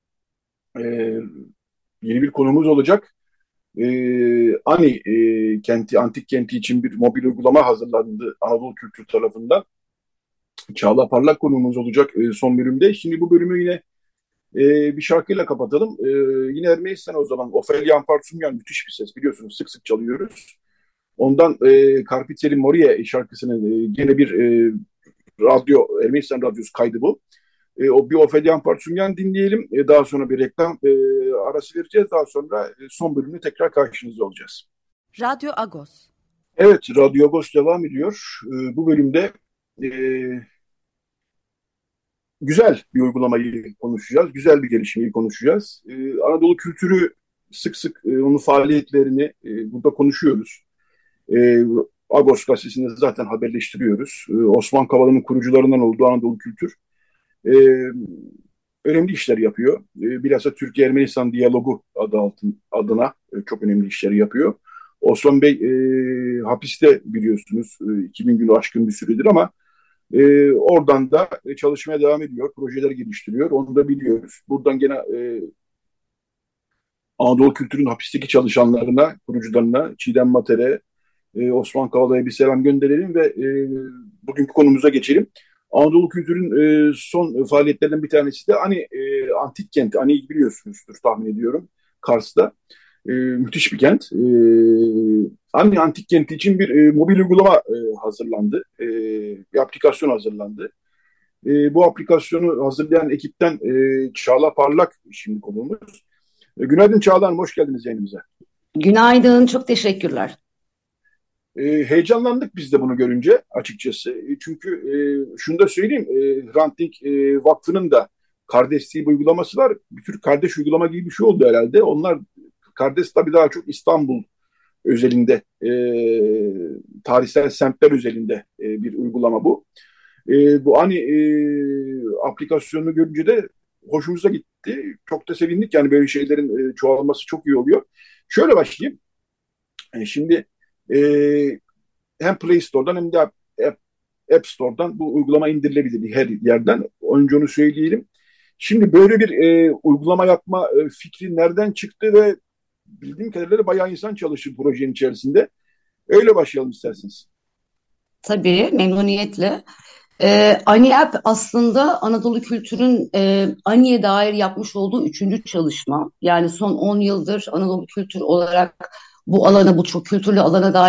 yeni bir konumuz olacak. Ani kenti, antik kenti için bir mobil uygulama hazırlandı Anadolu Kültür tarafından. Çağla Parlak konuğumuz olacak son bölümde. Şimdi bu bölümü yine bir şarkıyla kapatalım. Yine Ermenistan o zaman. Ofelia Parsumyan müthiş bir ses biliyorsunuz sık sık çalıyoruz. Ondan Karpitseli Morie şarkısını gene bir Ermenistan radyosu kaydı bu. O bir Ofelia Parsumyan dinleyelim. Daha sonra bir reklam arası vereceğiz. Daha sonra son bölümde tekrar karşınızda olacağız. Radyo Agos. Evet, Radyo Agos devam ediyor. Bu bölümde güzel bir uygulamayı konuşacağız. Güzel bir gelişmeyi konuşacağız. Anadolu kültürü sık sık onun faaliyetlerini burada konuşuyoruz. Agos gazetesinde zaten haberleştiriyoruz. Osman Kavala'nın kurucularından olduğu Anadolu Kültür önemli işler yapıyor. Bilhassa Türkiye-Ermenistan diyalogu adına çok önemli işler yapıyor. Osman Bey hapiste biliyorsunuz 2000 günü aşkın bir süredir ama oradan da çalışmaya devam ediyor. Projeler geliştiriyor. Onu da biliyoruz. Buradan gene Anadolu Kültür'ün hapisteki çalışanlarına, kurucularına, Çiğdem Mater'e, Osman Kavala'ya bir selam gönderelim ve bugünkü konumuza geçelim. Anadolu Kültür'ün son faaliyetlerinden bir tanesi de antik kent. Ani'yi biliyorsunuzdur tahmin ediyorum. Kars'ta. Müthiş bir kent. Ani Antik Kenti için bir mobil uygulama hazırlandı. Bir aplikasyon hazırlandı. Bu aplikasyonu hazırlayan ekipten Çağla Parlak şimdi konuğumuz. Günaydın Çağla Hanım, hoş geldiniz yayınımıza. Günaydın, çok teşekkürler. Heyecanlandık biz de bunu görünce açıkçası. Çünkü şunu da söyleyeyim, Hrant Dink Vakfı'nın da kardeşliği bir uygulaması var. Bir tür kardeş uygulama gibi bir şey oldu herhalde. Onlar kardeş tabii daha çok İstanbul özelinde, tarihsel semtler özelinde bir uygulama bu. Bu aplikasyonunu görünce de hoşumuza gitti. Çok da sevindik yani böyle şeylerin çoğalması çok iyi oluyor. Şöyle başlayayım. Şimdi hem Play Store'dan hem de App Store'dan bu uygulama indirilebilir her yerden. Önce onu söyleyelim. Şimdi böyle bir uygulama yapma fikri nereden çıktı ve bildiğim kadarıyla bayağı insan çalışır projenin içerisinde. Öyle başlayalım isterseniz. Tabii, memnuniyetle. Ani App aslında Anadolu Kültür'ün Ani'ye dair yapmış olduğu 3. çalışma. Yani son 10 yıldır Anadolu Kültür olarak bu alana, bu çok kültürlü alana dair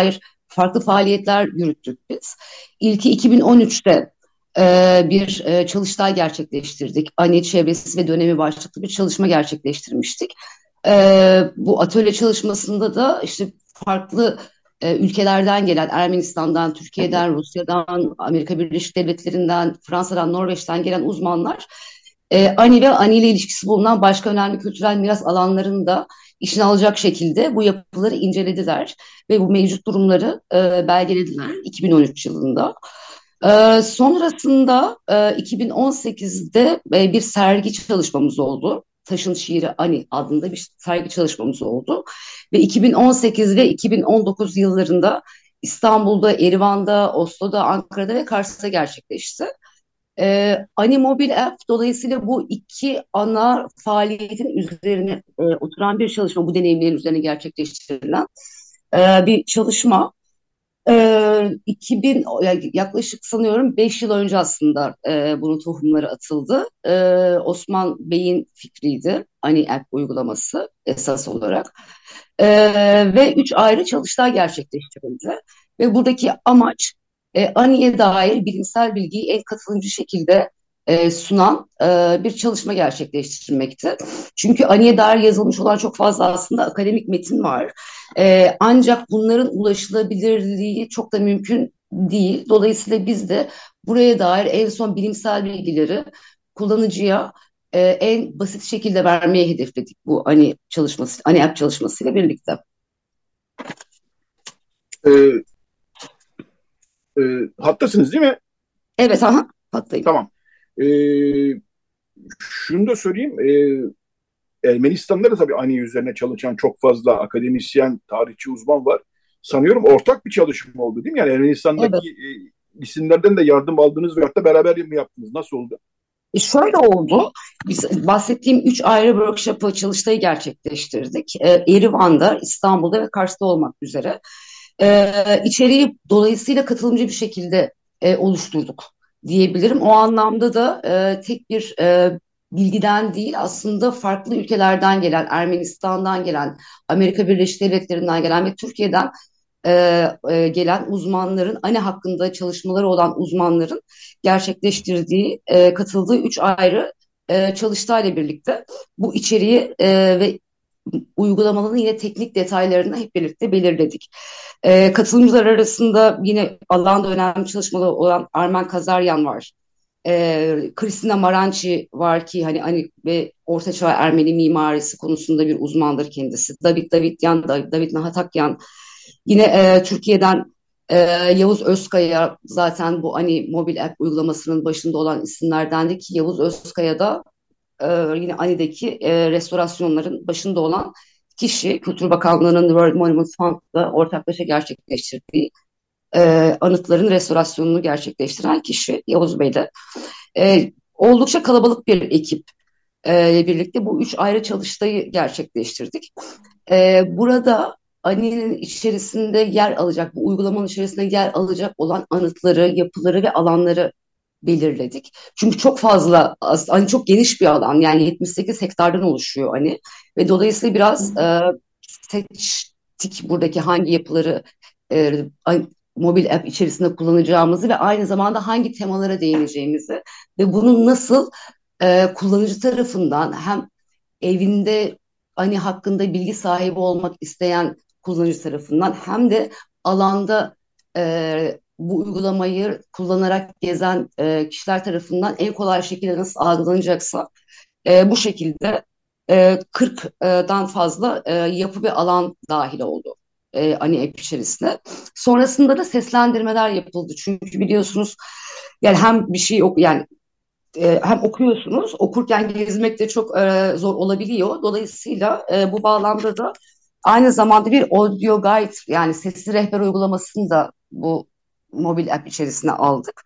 farklı faaliyetler yürüttük biz. İlki 2013'te bir çalıştay gerçekleştirdik. Ani çevresi ve dönemi başlıklı bir çalışma gerçekleştirmiştik. Bu atölye çalışmasında da işte farklı ülkelerden gelen, Ermenistan'dan, Türkiye'den, Rusya'dan, Amerika Birleşik Devletleri'nden, Fransa'dan, Norveç'ten gelen uzmanlar Ani ve Ani ile ilişkisi bulunan başka önemli kültürel miras alanlarını da işine alacak şekilde bu yapıları incelediler ve bu mevcut durumları belgelediler 2013 yılında. Sonrasında 2018'de bir sergi çalışmamız oldu. Taşın Şiiri Ani adında bir sergi çalışmamız oldu. Ve 2018 ve 2019 yıllarında İstanbul'da, Erivan'da, Oslo'da, Ankara'da ve Kars'ta gerçekleşti. Ani Mobil App dolayısıyla bu iki ana faaliyetin üzerine oturan bir çalışma, bu deneyimlerin üzerine gerçekleştirilen bir çalışma. 2000 yaklaşık sanıyorum 5 yıl önce aslında bunun tohumları atıldı. Osman Bey'in fikriydi Ani App uygulaması esas olarak. Ve 3 ayrı çalıştay gerçekleştirildi. Ve buradaki amaç Ani'ye dair bilimsel bilgiyi en katılımcı şekilde sunan bir çalışma gerçekleştirmekti. Çünkü Ani'ye dair yazılmış olan çok fazla aslında akademik metin var. Ancak bunların ulaşılabilirliği çok da mümkün değil. Dolayısıyla biz de buraya dair en son bilimsel bilgileri kullanıcıya en basit şekilde vermeye hedefledik bu Ani çalışması, Ani App çalışmasıyla birlikte. Ee, Hattasınız değil mi? Evet, aha, hattayım. Tamam. Şunu da söyleyeyim. Ermenistan'da da tabii Ani üzerine çalışan çok fazla akademisyen, tarihçi, uzman var. Sanıyorum ortak bir çalışma oldu değil mi? Yani Ermenistan'daki isimlerden de yardım aldınız ve hatta beraber mi yaptınız? Nasıl oldu? Şöyle oldu. Biz bahsettiğim 3 ayrı workshop'ı, çalıştayı gerçekleştirdik. Erivan'da, İstanbul'da ve Kars'ta olmak üzere. İçeriği dolayısıyla katılımcı bir şekilde oluşturduk diyebilirim. O anlamda da tek bir bilgiden değil, aslında farklı ülkelerden gelen, Ermenistan'dan gelen, Amerika Birleşik Devletleri'nden gelen ve Türkiye'den gelen uzmanların, Ani hakkında çalışmaları olan uzmanların gerçekleştirdiği, katıldığı 3 ayrı çalıştayla birlikte bu içeriği ve uygulamaların yine teknik detaylarını hep birlikte belirledik. Katılımcılar arasında yine alanda önemli çalışmaları olan Armen Kazaryan var. Kristina Maranci var ki hani ve Ortaçağ Ermeni mimarisi konusunda bir uzmandır kendisi. David Nahatakyan. Yine Türkiye'den Yavuz Özkaya, zaten bu Ani mobil app uygulamasının başında olan isimlerdendi ki Yavuz Özkaya da yine Ani'deki restorasyonların başında olan kişi, Kültür Bakanlığı'nın World Monument Fund'la ortaklaşa gerçekleştirdiği anıtların restorasyonunu gerçekleştiren kişi Yavuz Bey de. Oldukça kalabalık bir ekip birlikte bu 3 ayrı çalıştayı gerçekleştirdik. Burada Ani'nin içerisinde yer alacak, bu uygulamanın içerisinde yer alacak olan anıtları, yapıları ve alanları belirledik. Çünkü çok fazla, hani çok geniş bir alan, yani 78 hektardan oluşuyor hani ve dolayısıyla biraz seçtik buradaki hangi yapıları mobil app içerisinde kullanacağımızı ve aynı zamanda hangi temalara değineceğimizi ve bunun nasıl kullanıcı tarafından hem evinde Ani hakkında bilgi sahibi olmak isteyen kullanıcı tarafından hem de alanda bu uygulamayı kullanarak gezen kişiler tarafından en kolay şekilde nasıl algılanacaksa bu şekilde 40'dan fazla yapı ve alan dahil oldu Ani app içerisinde. Sonrasında da seslendirmeler yapıldı. Çünkü biliyorsunuz yani hem bir şey yani hem okuyorsunuz, okurken gezmek de çok zor olabiliyor. Dolayısıyla bu bağlamda da aynı zamanda bir audio guide, yani sesli rehber uygulamasını da bu mobil app içerisine aldık.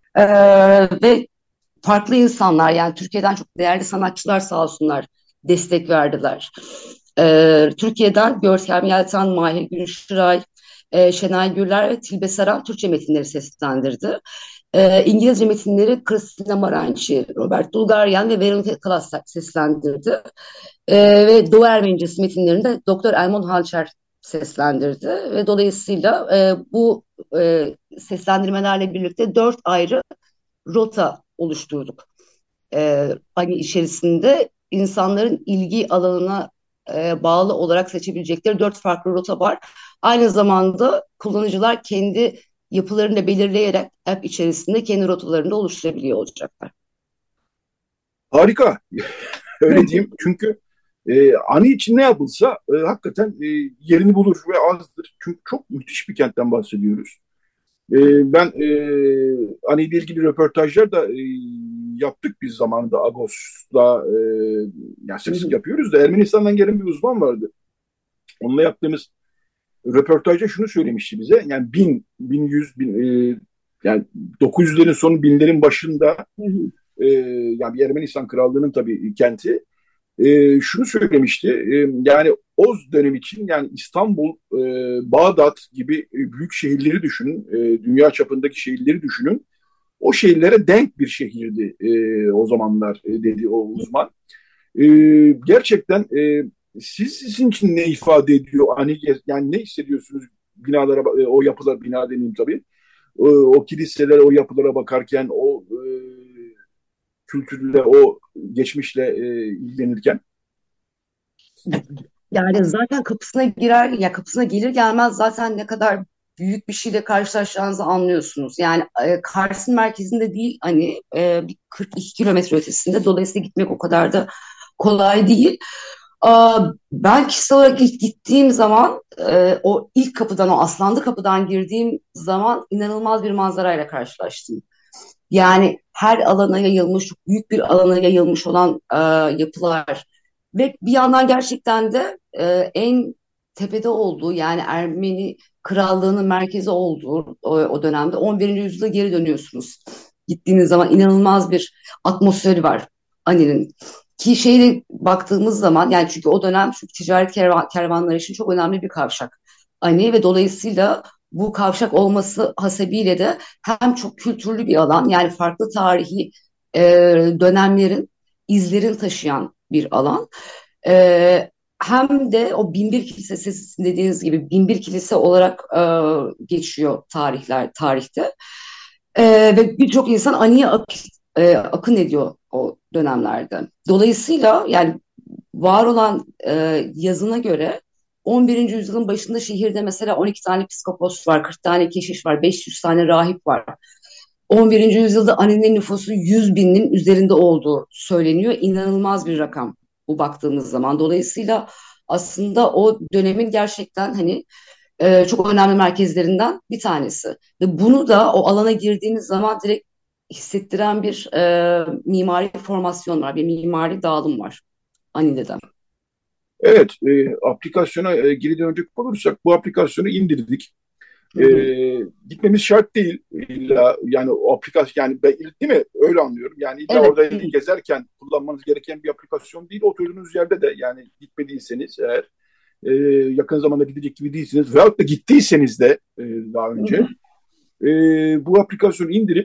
Ve farklı insanlar, yani Türkiye'den çok değerli sanatçılar sağ olsunlar destek verdiler. Türkiye'den Görkem Yeltan, Mahir Günşiray, Şenay Gürler ve Tilbe Saran Türkçe metinleri seslendirdi. İngilizce metinleri Kristina Maranci, Robert Bulgaryan ve Veronica Klas seslendirdi. Ve Doğu Ermenicesi metinlerinde Doktor Elmon Halçer seslendirdi ve dolayısıyla bu seslendirmelerle birlikte 4 ayrı rota oluşturduk. Hani içerisinde insanların ilgi alanına bağlı olarak seçebilecekleri 4 farklı rota var. Aynı zamanda kullanıcılar kendi yapılarını da belirleyerek app içerisinde kendi rotalarını da oluşturabiliyor olacaklar. Harika. Öyle diyeyim. Çünkü Ani için ne yapılsa hakikaten yerini bulur ve azdır. Çünkü çok müthiş bir kentten bahsediyoruz. Ben Ani ile ilgili röportajlar da yaptık biz zamanında Agos'ta, yani sık sık yapıyoruz da Ermenistan'dan gelen bir uzman vardı. Onunla yaptığımız röportajda şunu söylemişti bize. Yani 1100, yani 900'lerin sonu, binlerin başında yani bir Ermenistan krallığının tabii kenti. Şunu söylemişti. Yani o dönem için yani İstanbul, Bağdat gibi büyük şehirleri düşünün. Dünya çapındaki şehirleri düşünün. O şehirlere denk bir şehirdi o zamanlar, dedi o uzman. Gerçekten sizin için ne ifade ediyor? Hani yani ne hissediyorsunuz binalara, o yapılar, bina demeyeyim tabii. O kiliseler, o yapılara bakarken, o kültürle, o geçmişle ilgilenirken? Yani zaten kapısına girer, ya kapısına gelir gelmez zaten ne kadar büyük bir şeyle karşılaşacağınızı anlıyorsunuz. Yani Kars'ın merkezinde değil, hani bir 42 kilometre ötesinde, dolayısıyla gitmek o kadar da kolay değil. Ben kişisel olarak ilk gittiğim zaman o ilk kapıdan, o Aslanlı kapıdan girdiğim zaman inanılmaz bir manzarayla karşılaştım. Yani her alana yayılmış, çok büyük bir alana yayılmış olan yapılar ve bir yandan gerçekten de en tepede olduğu, yani Ermeni krallığının merkezi olduğu o dönemde 11. yüzyılda geri dönüyorsunuz. Gittiğiniz zaman inanılmaz bir atmosferi var Ani'nin. Ki şeyle baktığımız zaman, yani çünkü o dönem çünkü ticaret kervanları için çok önemli bir kavşak Ani ve dolayısıyla bu kavşak olması hasebiyle de hem çok kültürlü bir alan, yani farklı tarihi e, dönemlerin izlerini taşıyan bir alan. Hem de o Binbir Kilisesi, dediğiniz gibi Binbir Kilise olarak geçiyor tarihte. Ve birçok insan Ani'ye akın ediyor o dönemlerde. Dolayısıyla yani var olan yazına göre 11. yüzyılın başında şehirde mesela 12 tane piskopos var, 40 tane keşiş var, 500 tane rahip var. 11. yüzyılda Ani'nin nüfusu 100 binin üzerinde olduğu söyleniyor. İnanılmaz bir rakam bu baktığımız zaman. Dolayısıyla aslında o dönemin gerçekten hani çok önemli merkezlerinden bir tanesi. Ve bunu da o alana girdiğiniz zaman direkt hissettiren bir mimari formasyon var, bir mimari dağılım var Ani'de. Evet, aplikasyona geri dönecek olursak bu aplikasyonu indirdik. Hı hı. Gitmemiz şart değil. İlla yani o aplikasyon, yani değil mi? Öyle anlıyorum. Yani illa Evet, orada gezerken kullanmanız gereken bir aplikasyon değil. Oturduğunuz yerde de, yani gitmediyseniz eğer, yakın zamanda gidecek gibi değilsiniz veyahut da gittiyseniz de daha önce bu aplikasyonu indirip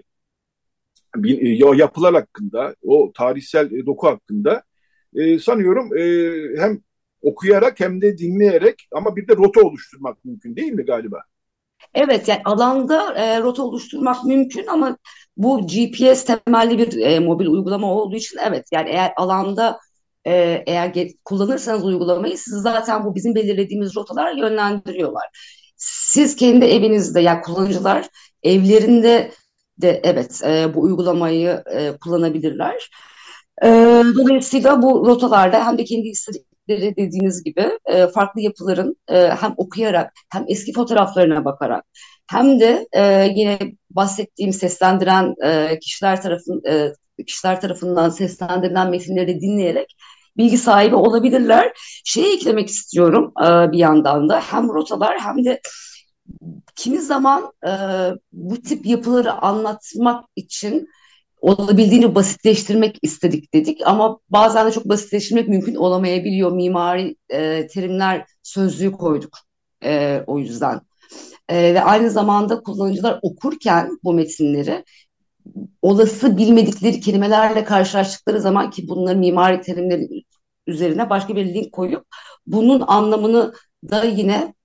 yapılar hakkında, o tarihsel doku hakkında sanıyorum hem okuyarak hem de dinleyerek, ama bir de rota oluşturmak mümkün değil mi galiba? evet, yani alanda rota oluşturmak mümkün ama bu GPS temelli bir mobil uygulama olduğu için evet, yani eğer alanda eğer kullanırsanız uygulamayı, siz zaten bu bizim belirlediğimiz rotalar yönlendiriyorlar. Siz kendi evinizde, yani kullanıcılar evlerinde de evet bu uygulamayı kullanabilirler. E, Dolayısıyla bu rotalarda hem de kendi istedikleri, dediğiniz gibi farklı yapıların hem okuyarak hem eski fotoğraflarına bakarak hem de yine bahsettiğim seslendiren kişiler tarafından seslendirilen metinleri de dinleyerek bilgi sahibi olabilirler. Şeyi eklemek istiyorum bir yandan da, hem rotalar hem de kimi zaman bu tip yapıları anlatmak için olabildiğini basitleştirmek istedik dedik ama bazen de çok basitleştirmek mümkün olamayabiliyor. Mimari terimler sözlüğü koyduk o yüzden. Ve aynı zamanda kullanıcılar okurken bu metinleri olası bilmedikleri kelimelerle karşılaştıkları zaman, ki bunların mimari terimleri üzerine başka bir link koyup bunun anlamını da yine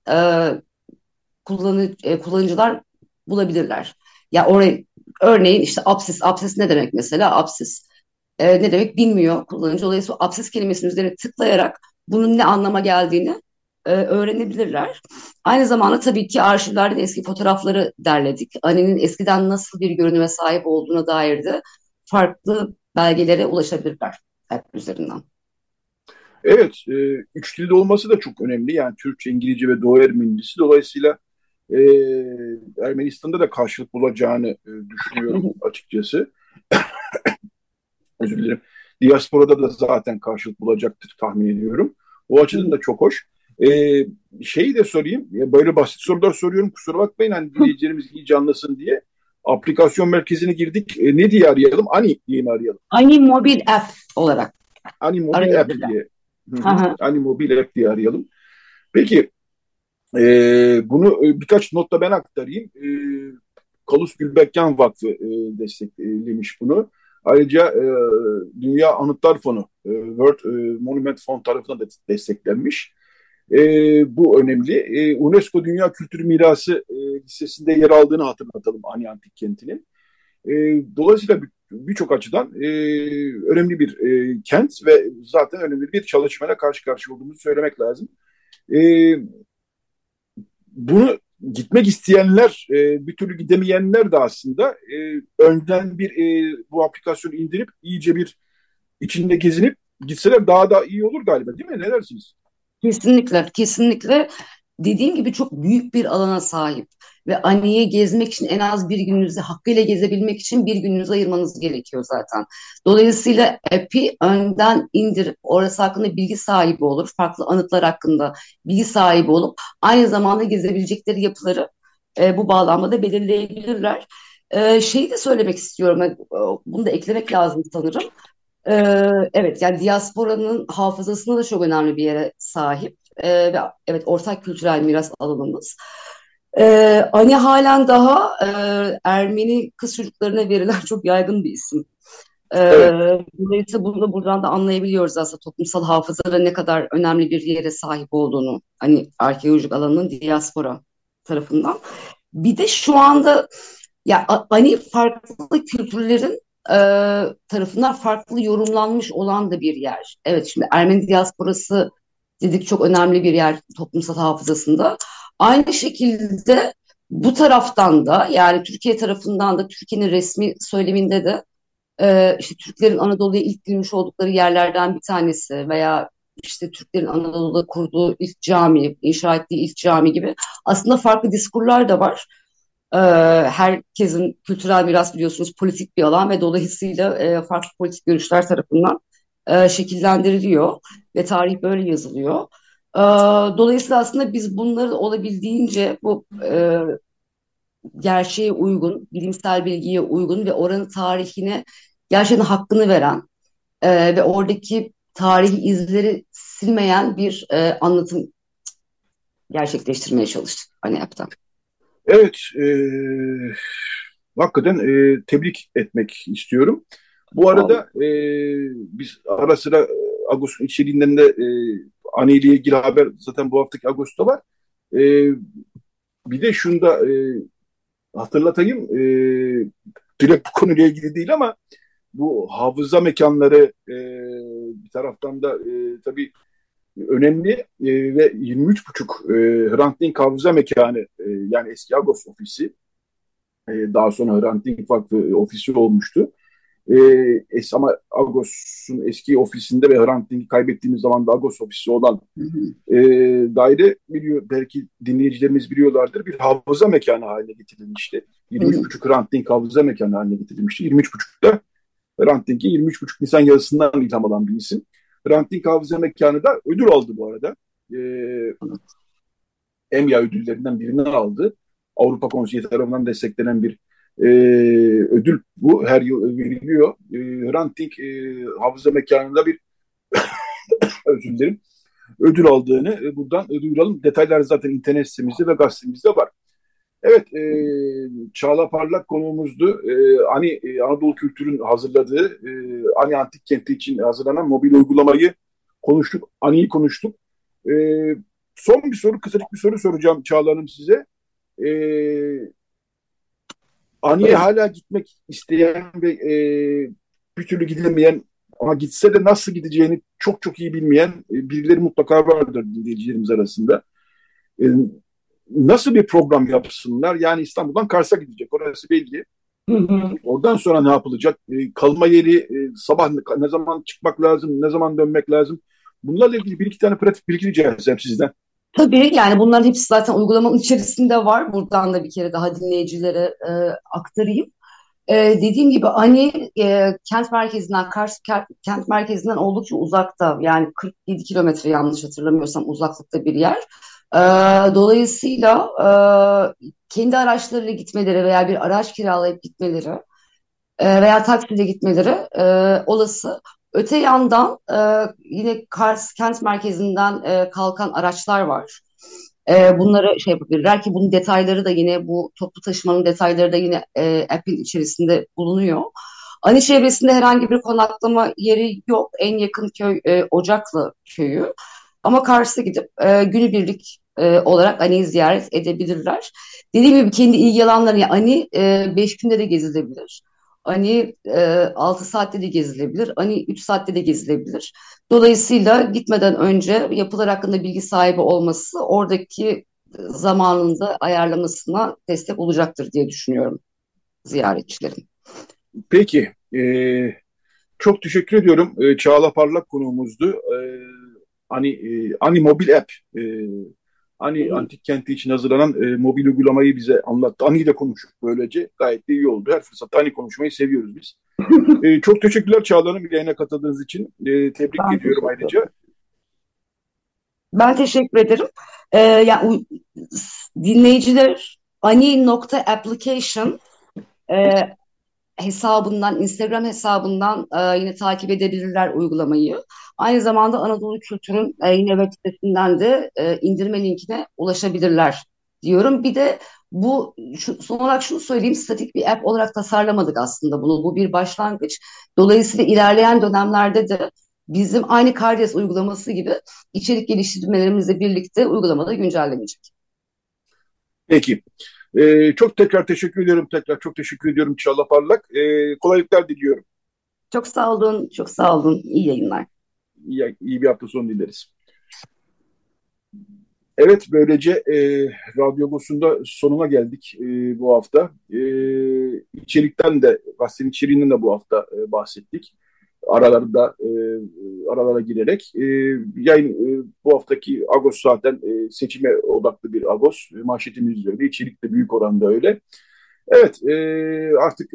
kullanıcılar bulabilirler. Ya oraya örneğin işte absis ne demek mesela? Absis ne demek bilmiyor kullanıcı. Dolayısıyla absis kelimesinin üzerine tıklayarak bunun ne anlama geldiğini öğrenebilirler. Aynı zamanda tabii ki arşivlerden eski fotoğrafları derledik. Annenin eskiden nasıl bir görünüme sahip olduğuna dair de farklı belgelere ulaşabilirler app üzerinden. Evet, üç dilde olması da çok önemli. Yani Türkçe, İngilizce ve Doğu Ermenisi. Dolayısıyla e, Ermenistan'da da karşılık bulacağını düşünüyorum açıkçası. Özür dilerim. Diasporada da zaten karşılık bulacaktır tahmin ediyorum. O açıdan da çok hoş. Şeyi de sorayım. Böyle basit sorular soruyorum. Kusura bakmayın. Hani dinleyicilerimiz iyice anlasın diye. Aplikasyon merkezine girdik. Ne diye arayalım? Ani diye mi arayalım? Ani mobil app olarak Ani mobil app arayabilirler. diye. Ani mobil app diye arayalım. Peki bunu birkaç notla ben aktarayım. Kalus Gülbekkan Vakfı desteklemiş bunu. Ayrıca Dünya Anıtlar Fonu, World Monument Fund tarafından da desteklenmiş. Bu önemli. UNESCO Dünya Kültür Mirası listesinde yer aldığını hatırlatalım Ani Antik Kenti'nin. Dolayısıyla birçok açıdan önemli bir kent ve zaten önemli bir çalışmayla karşı karşıya olduğumuzu söylemek lazım. E, Bunu gitmek isteyenler, bir türlü gidemeyenler de aslında önden bu aplikasyonu indirip iyice bir içinde gezinip gitseler daha da iyi olur galiba, değil mi? Ne dersiniz? Kesinlikle, kesinlikle dediğim gibi çok büyük bir alana sahip ve Ani'yi gezmek için en az bir gününüzü hakkıyla gezebilmek için bir gününüzü ayırmanız gerekiyor zaten. Dolayısıyla app'i önden indirip orası hakkında bilgi sahibi olur, farklı anıtlar hakkında bilgi sahibi olup aynı zamanda gezebilecekleri yapıları bu bağlamda belirleyebilirler. Şeyi de söylemek istiyorum, bunu da eklemek lazım sanırım. Evet, yani diasporanın hafızasında da çok önemli bir yere sahip. Ve evet, ortak kültürel miras alanımız. Ani halen daha Ermeni kız çocuklarına verilen çok yaygın bir isim. Evet, Dolayısıyla bunu da buradan da anlayabiliyoruz aslında toplumsal hafızada ne kadar önemli bir yere sahip olduğunu. Hani arkeolojik alanın diaspora tarafından. Bir de şu anda ya Ani farklı kültürlerin e, tarafından farklı yorumlanmış olan da bir yer. Evet, şimdi Ermeni diasporası dedik, çok önemli bir yer toplumsal hafızasında. Aynı şekilde bu taraftan da, yani Türkiye tarafından da, Türkiye'nin resmi söyleminde de işte Türklerin Anadolu'ya ilk girmiş oldukları yerlerden bir tanesi veya işte Türklerin Anadolu'da kurduğu ilk cami, inşa ettiği ilk cami gibi aslında farklı diskurlar da var. Ee, Herkesin kültürel miras biliyorsunuz politik bir alan ve dolayısıyla farklı politik görüşler tarafından şekillendiriliyor ve tarih böyle yazılıyor. Ee, Dolayısıyla aslında biz bunları olabildiğince bu gerçeğe uygun, bilimsel bilgiye uygun ve oranın tarihine gerçekten hakkını veren ve oradaki tarihi izleri silmeyen bir anlatım gerçekleştirmeye çalıştık ANEAP'tan. evet. Hakikaten tebrik etmek istiyorum. Bu Sağ olun. arada biz ara sıra Ağustos içeriğinden de Ani ile ilgili haber zaten bu haftaki Ağustos'ta var. E, Bir de şunu da hatırlatayım. Direkt bu konuyla ilgili değil ama bu hafıza mekanları bir taraftan da tabii önemli ve 23,5 Hrant Dink Hafıza Mekanı yani eski Agos ofisi daha sonra Hrant Dink Vakfı ofisi olmuştu. Ama Agos'un eski ofisinde ve Hrant Dink'i kaybettiğimiz zaman da Agos ofisi olan Hı hı. daire belki dinleyicilerimiz biliyorlardır, bir hafıza mekanı haline getirilmişti. Hı hı. 23,5 Hrant Dink hafıza mekanı haline getirilmişti. 23,5'da Hrant Dink'i 23,5 Nisan yazısından ilham alan bir isim. Hrant Dink hafıza mekanı da ödül aldı bu arada. EMYA ödüllerinden birini aldı. Avrupa Konseyi tarafından desteklenen bir e, ödül bu. Her yıl veriliyor. Hrant Dink hafıza mekanında bir özür dilerim, ödül aldığını buradan duyuralım. Detaylar zaten internet sitemizde ve gazetemizde var. Evet, Çağla Parlak konuğumuzdu. Anadolu Kültür'ün hazırladığı Ani Antik Kenti için hazırlanan mobil uygulamayı konuştuk. Ani'yi konuştuk. E, son bir soru, kısacık bir soru soracağım Çağla Hanım size. Ee, Ani'ye Buyurun. hala gitmek isteyen ve bir türlü gidemeyen ama gitse de nasıl gideceğini çok çok iyi bilmeyen birileri mutlaka vardır dinleyicilerimiz arasında. E, Nasıl bir program yapsınlar? Yani İstanbul'dan Kars'a gidecek, orası belli. Hı hı. Oradan sonra ne yapılacak? Kalma yeri, sabah ne zaman çıkmak lazım, ne zaman dönmek lazım? Bunlarla ilgili bir iki tane pratik bilgi rica etsem sizden. Tabii yani bunların hepsi zaten uygulamanın içerisinde var. Buradan da bir kere daha dinleyicilere aktarayım. Dediğim gibi Ani kent merkezinden, kent merkezinden oldukça uzakta. Yani 47 kilometre yanlış hatırlamıyorsam uzaklıkta bir yer. Ee, Dolayısıyla kendi araçlarıyla gitmeleri veya bir araç kiralayıp gitmeleri veya taksiyle gitmeleri olası. Öte yandan yine Kars kent merkezinden kalkan araçlar var. Bunları şey yapabilirler ki bunun detayları da yine bu toplu taşımanın detayları da yine app'in içerisinde bulunuyor. Ani çevresinde herhangi bir konaklama yeri yok. En yakın köy Ocaklı köyü. Ama Kars'a gidip günübirlik olarak Ani'yi ziyaret edebilirler. Dediğim gibi kendi ilgi alanları yani Ani 5 günde de gezilebilir. Ani 6 saatte de gezilebilir. Ani 3 saatte de gezilebilir. Dolayısıyla gitmeden önce yapılar hakkında bilgi sahibi olması oradaki zamanında ayarlamasına destek olacaktır diye düşünüyorum ziyaretçilerin. Peki, çok teşekkür ediyorum. Çağla Parlak konuğumuzdu. Ani mobil app, Ani Antik Kenti için hazırlanan mobil uygulamayı bize anlattı. Ani ile konuştuk böylece. Gayet de iyi oldu. Her fırsatta Ani konuşmayı seviyoruz biz. Çok teşekkürler Çağla Hanım yayına katıldığınız için. Tebrik Ben ediyorum teşekkür ederim. ayrıca. Ben teşekkür ederim. Yani dinleyiciler ani.application e, hesabından, Instagram hesabından yine takip edebilirler uygulamayı. Aynı zamanda Anadolu Kültür'ün yine web sitesinden de indirme linkine ulaşabilirler diyorum. Bir de son olarak şunu söyleyeyim, statik bir app olarak tasarlamadık aslında bunu. Bu bir başlangıç. Dolayısıyla ilerleyen dönemlerde de bizim aynı Kardes uygulaması gibi içerik geliştirmelerimizle birlikte uygulamada güncellenecek. Peki. Çok tekrar teşekkür ediyorum. Tekrar çok teşekkür ediyorum Çağla Parlak. Kolaylıklar diliyorum. Çok sağ olun, çok sağ olun. İyi yayınlar. İyi bir hafta sonu dileriz. Evet, böylece Radyo Agos'un sonuna geldik bu hafta. İçerikten de, gazetenin içeriğinden de bu hafta bahsettik. Aralara girerek. Bu haftaki Agos zaten seçime odaklı bir Agos. Manşetimiz de öyle, içerik de büyük oranda öyle. Evet, artık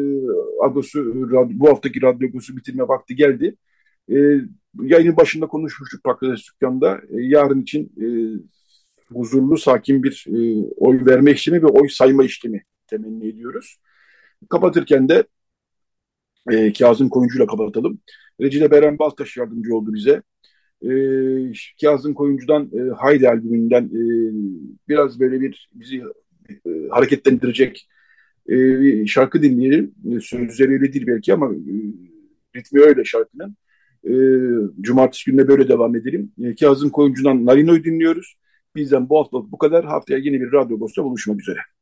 bu haftaki Radyo Agos'u bitirme vakti geldi. E, Yayının başında konuşmuştuk Pakrates Dükkan'da. Yarın için huzurlu, sakin bir oy verme işlemi ve oy sayma işlemi temenni ediyoruz. Kapatırken de Kazım Koyuncu'yla kapatalım. Recile Beren Baltaş yardımcı oldu bize. E, Kazım Koyuncu'dan Haydi albümünden biraz böyle bizi hareketlendirecek bir şarkı dinleyelim. Sözleri öyle değil belki ama ritmi öyle şarkının. Cumartesi gününe böyle devam edelim. Kazım Koyuncu'dan Narino'yu dinliyoruz. Bizden bu hafta bu kadar. Haftaya yeni bir Radyo Agos'ta buluşmak üzere.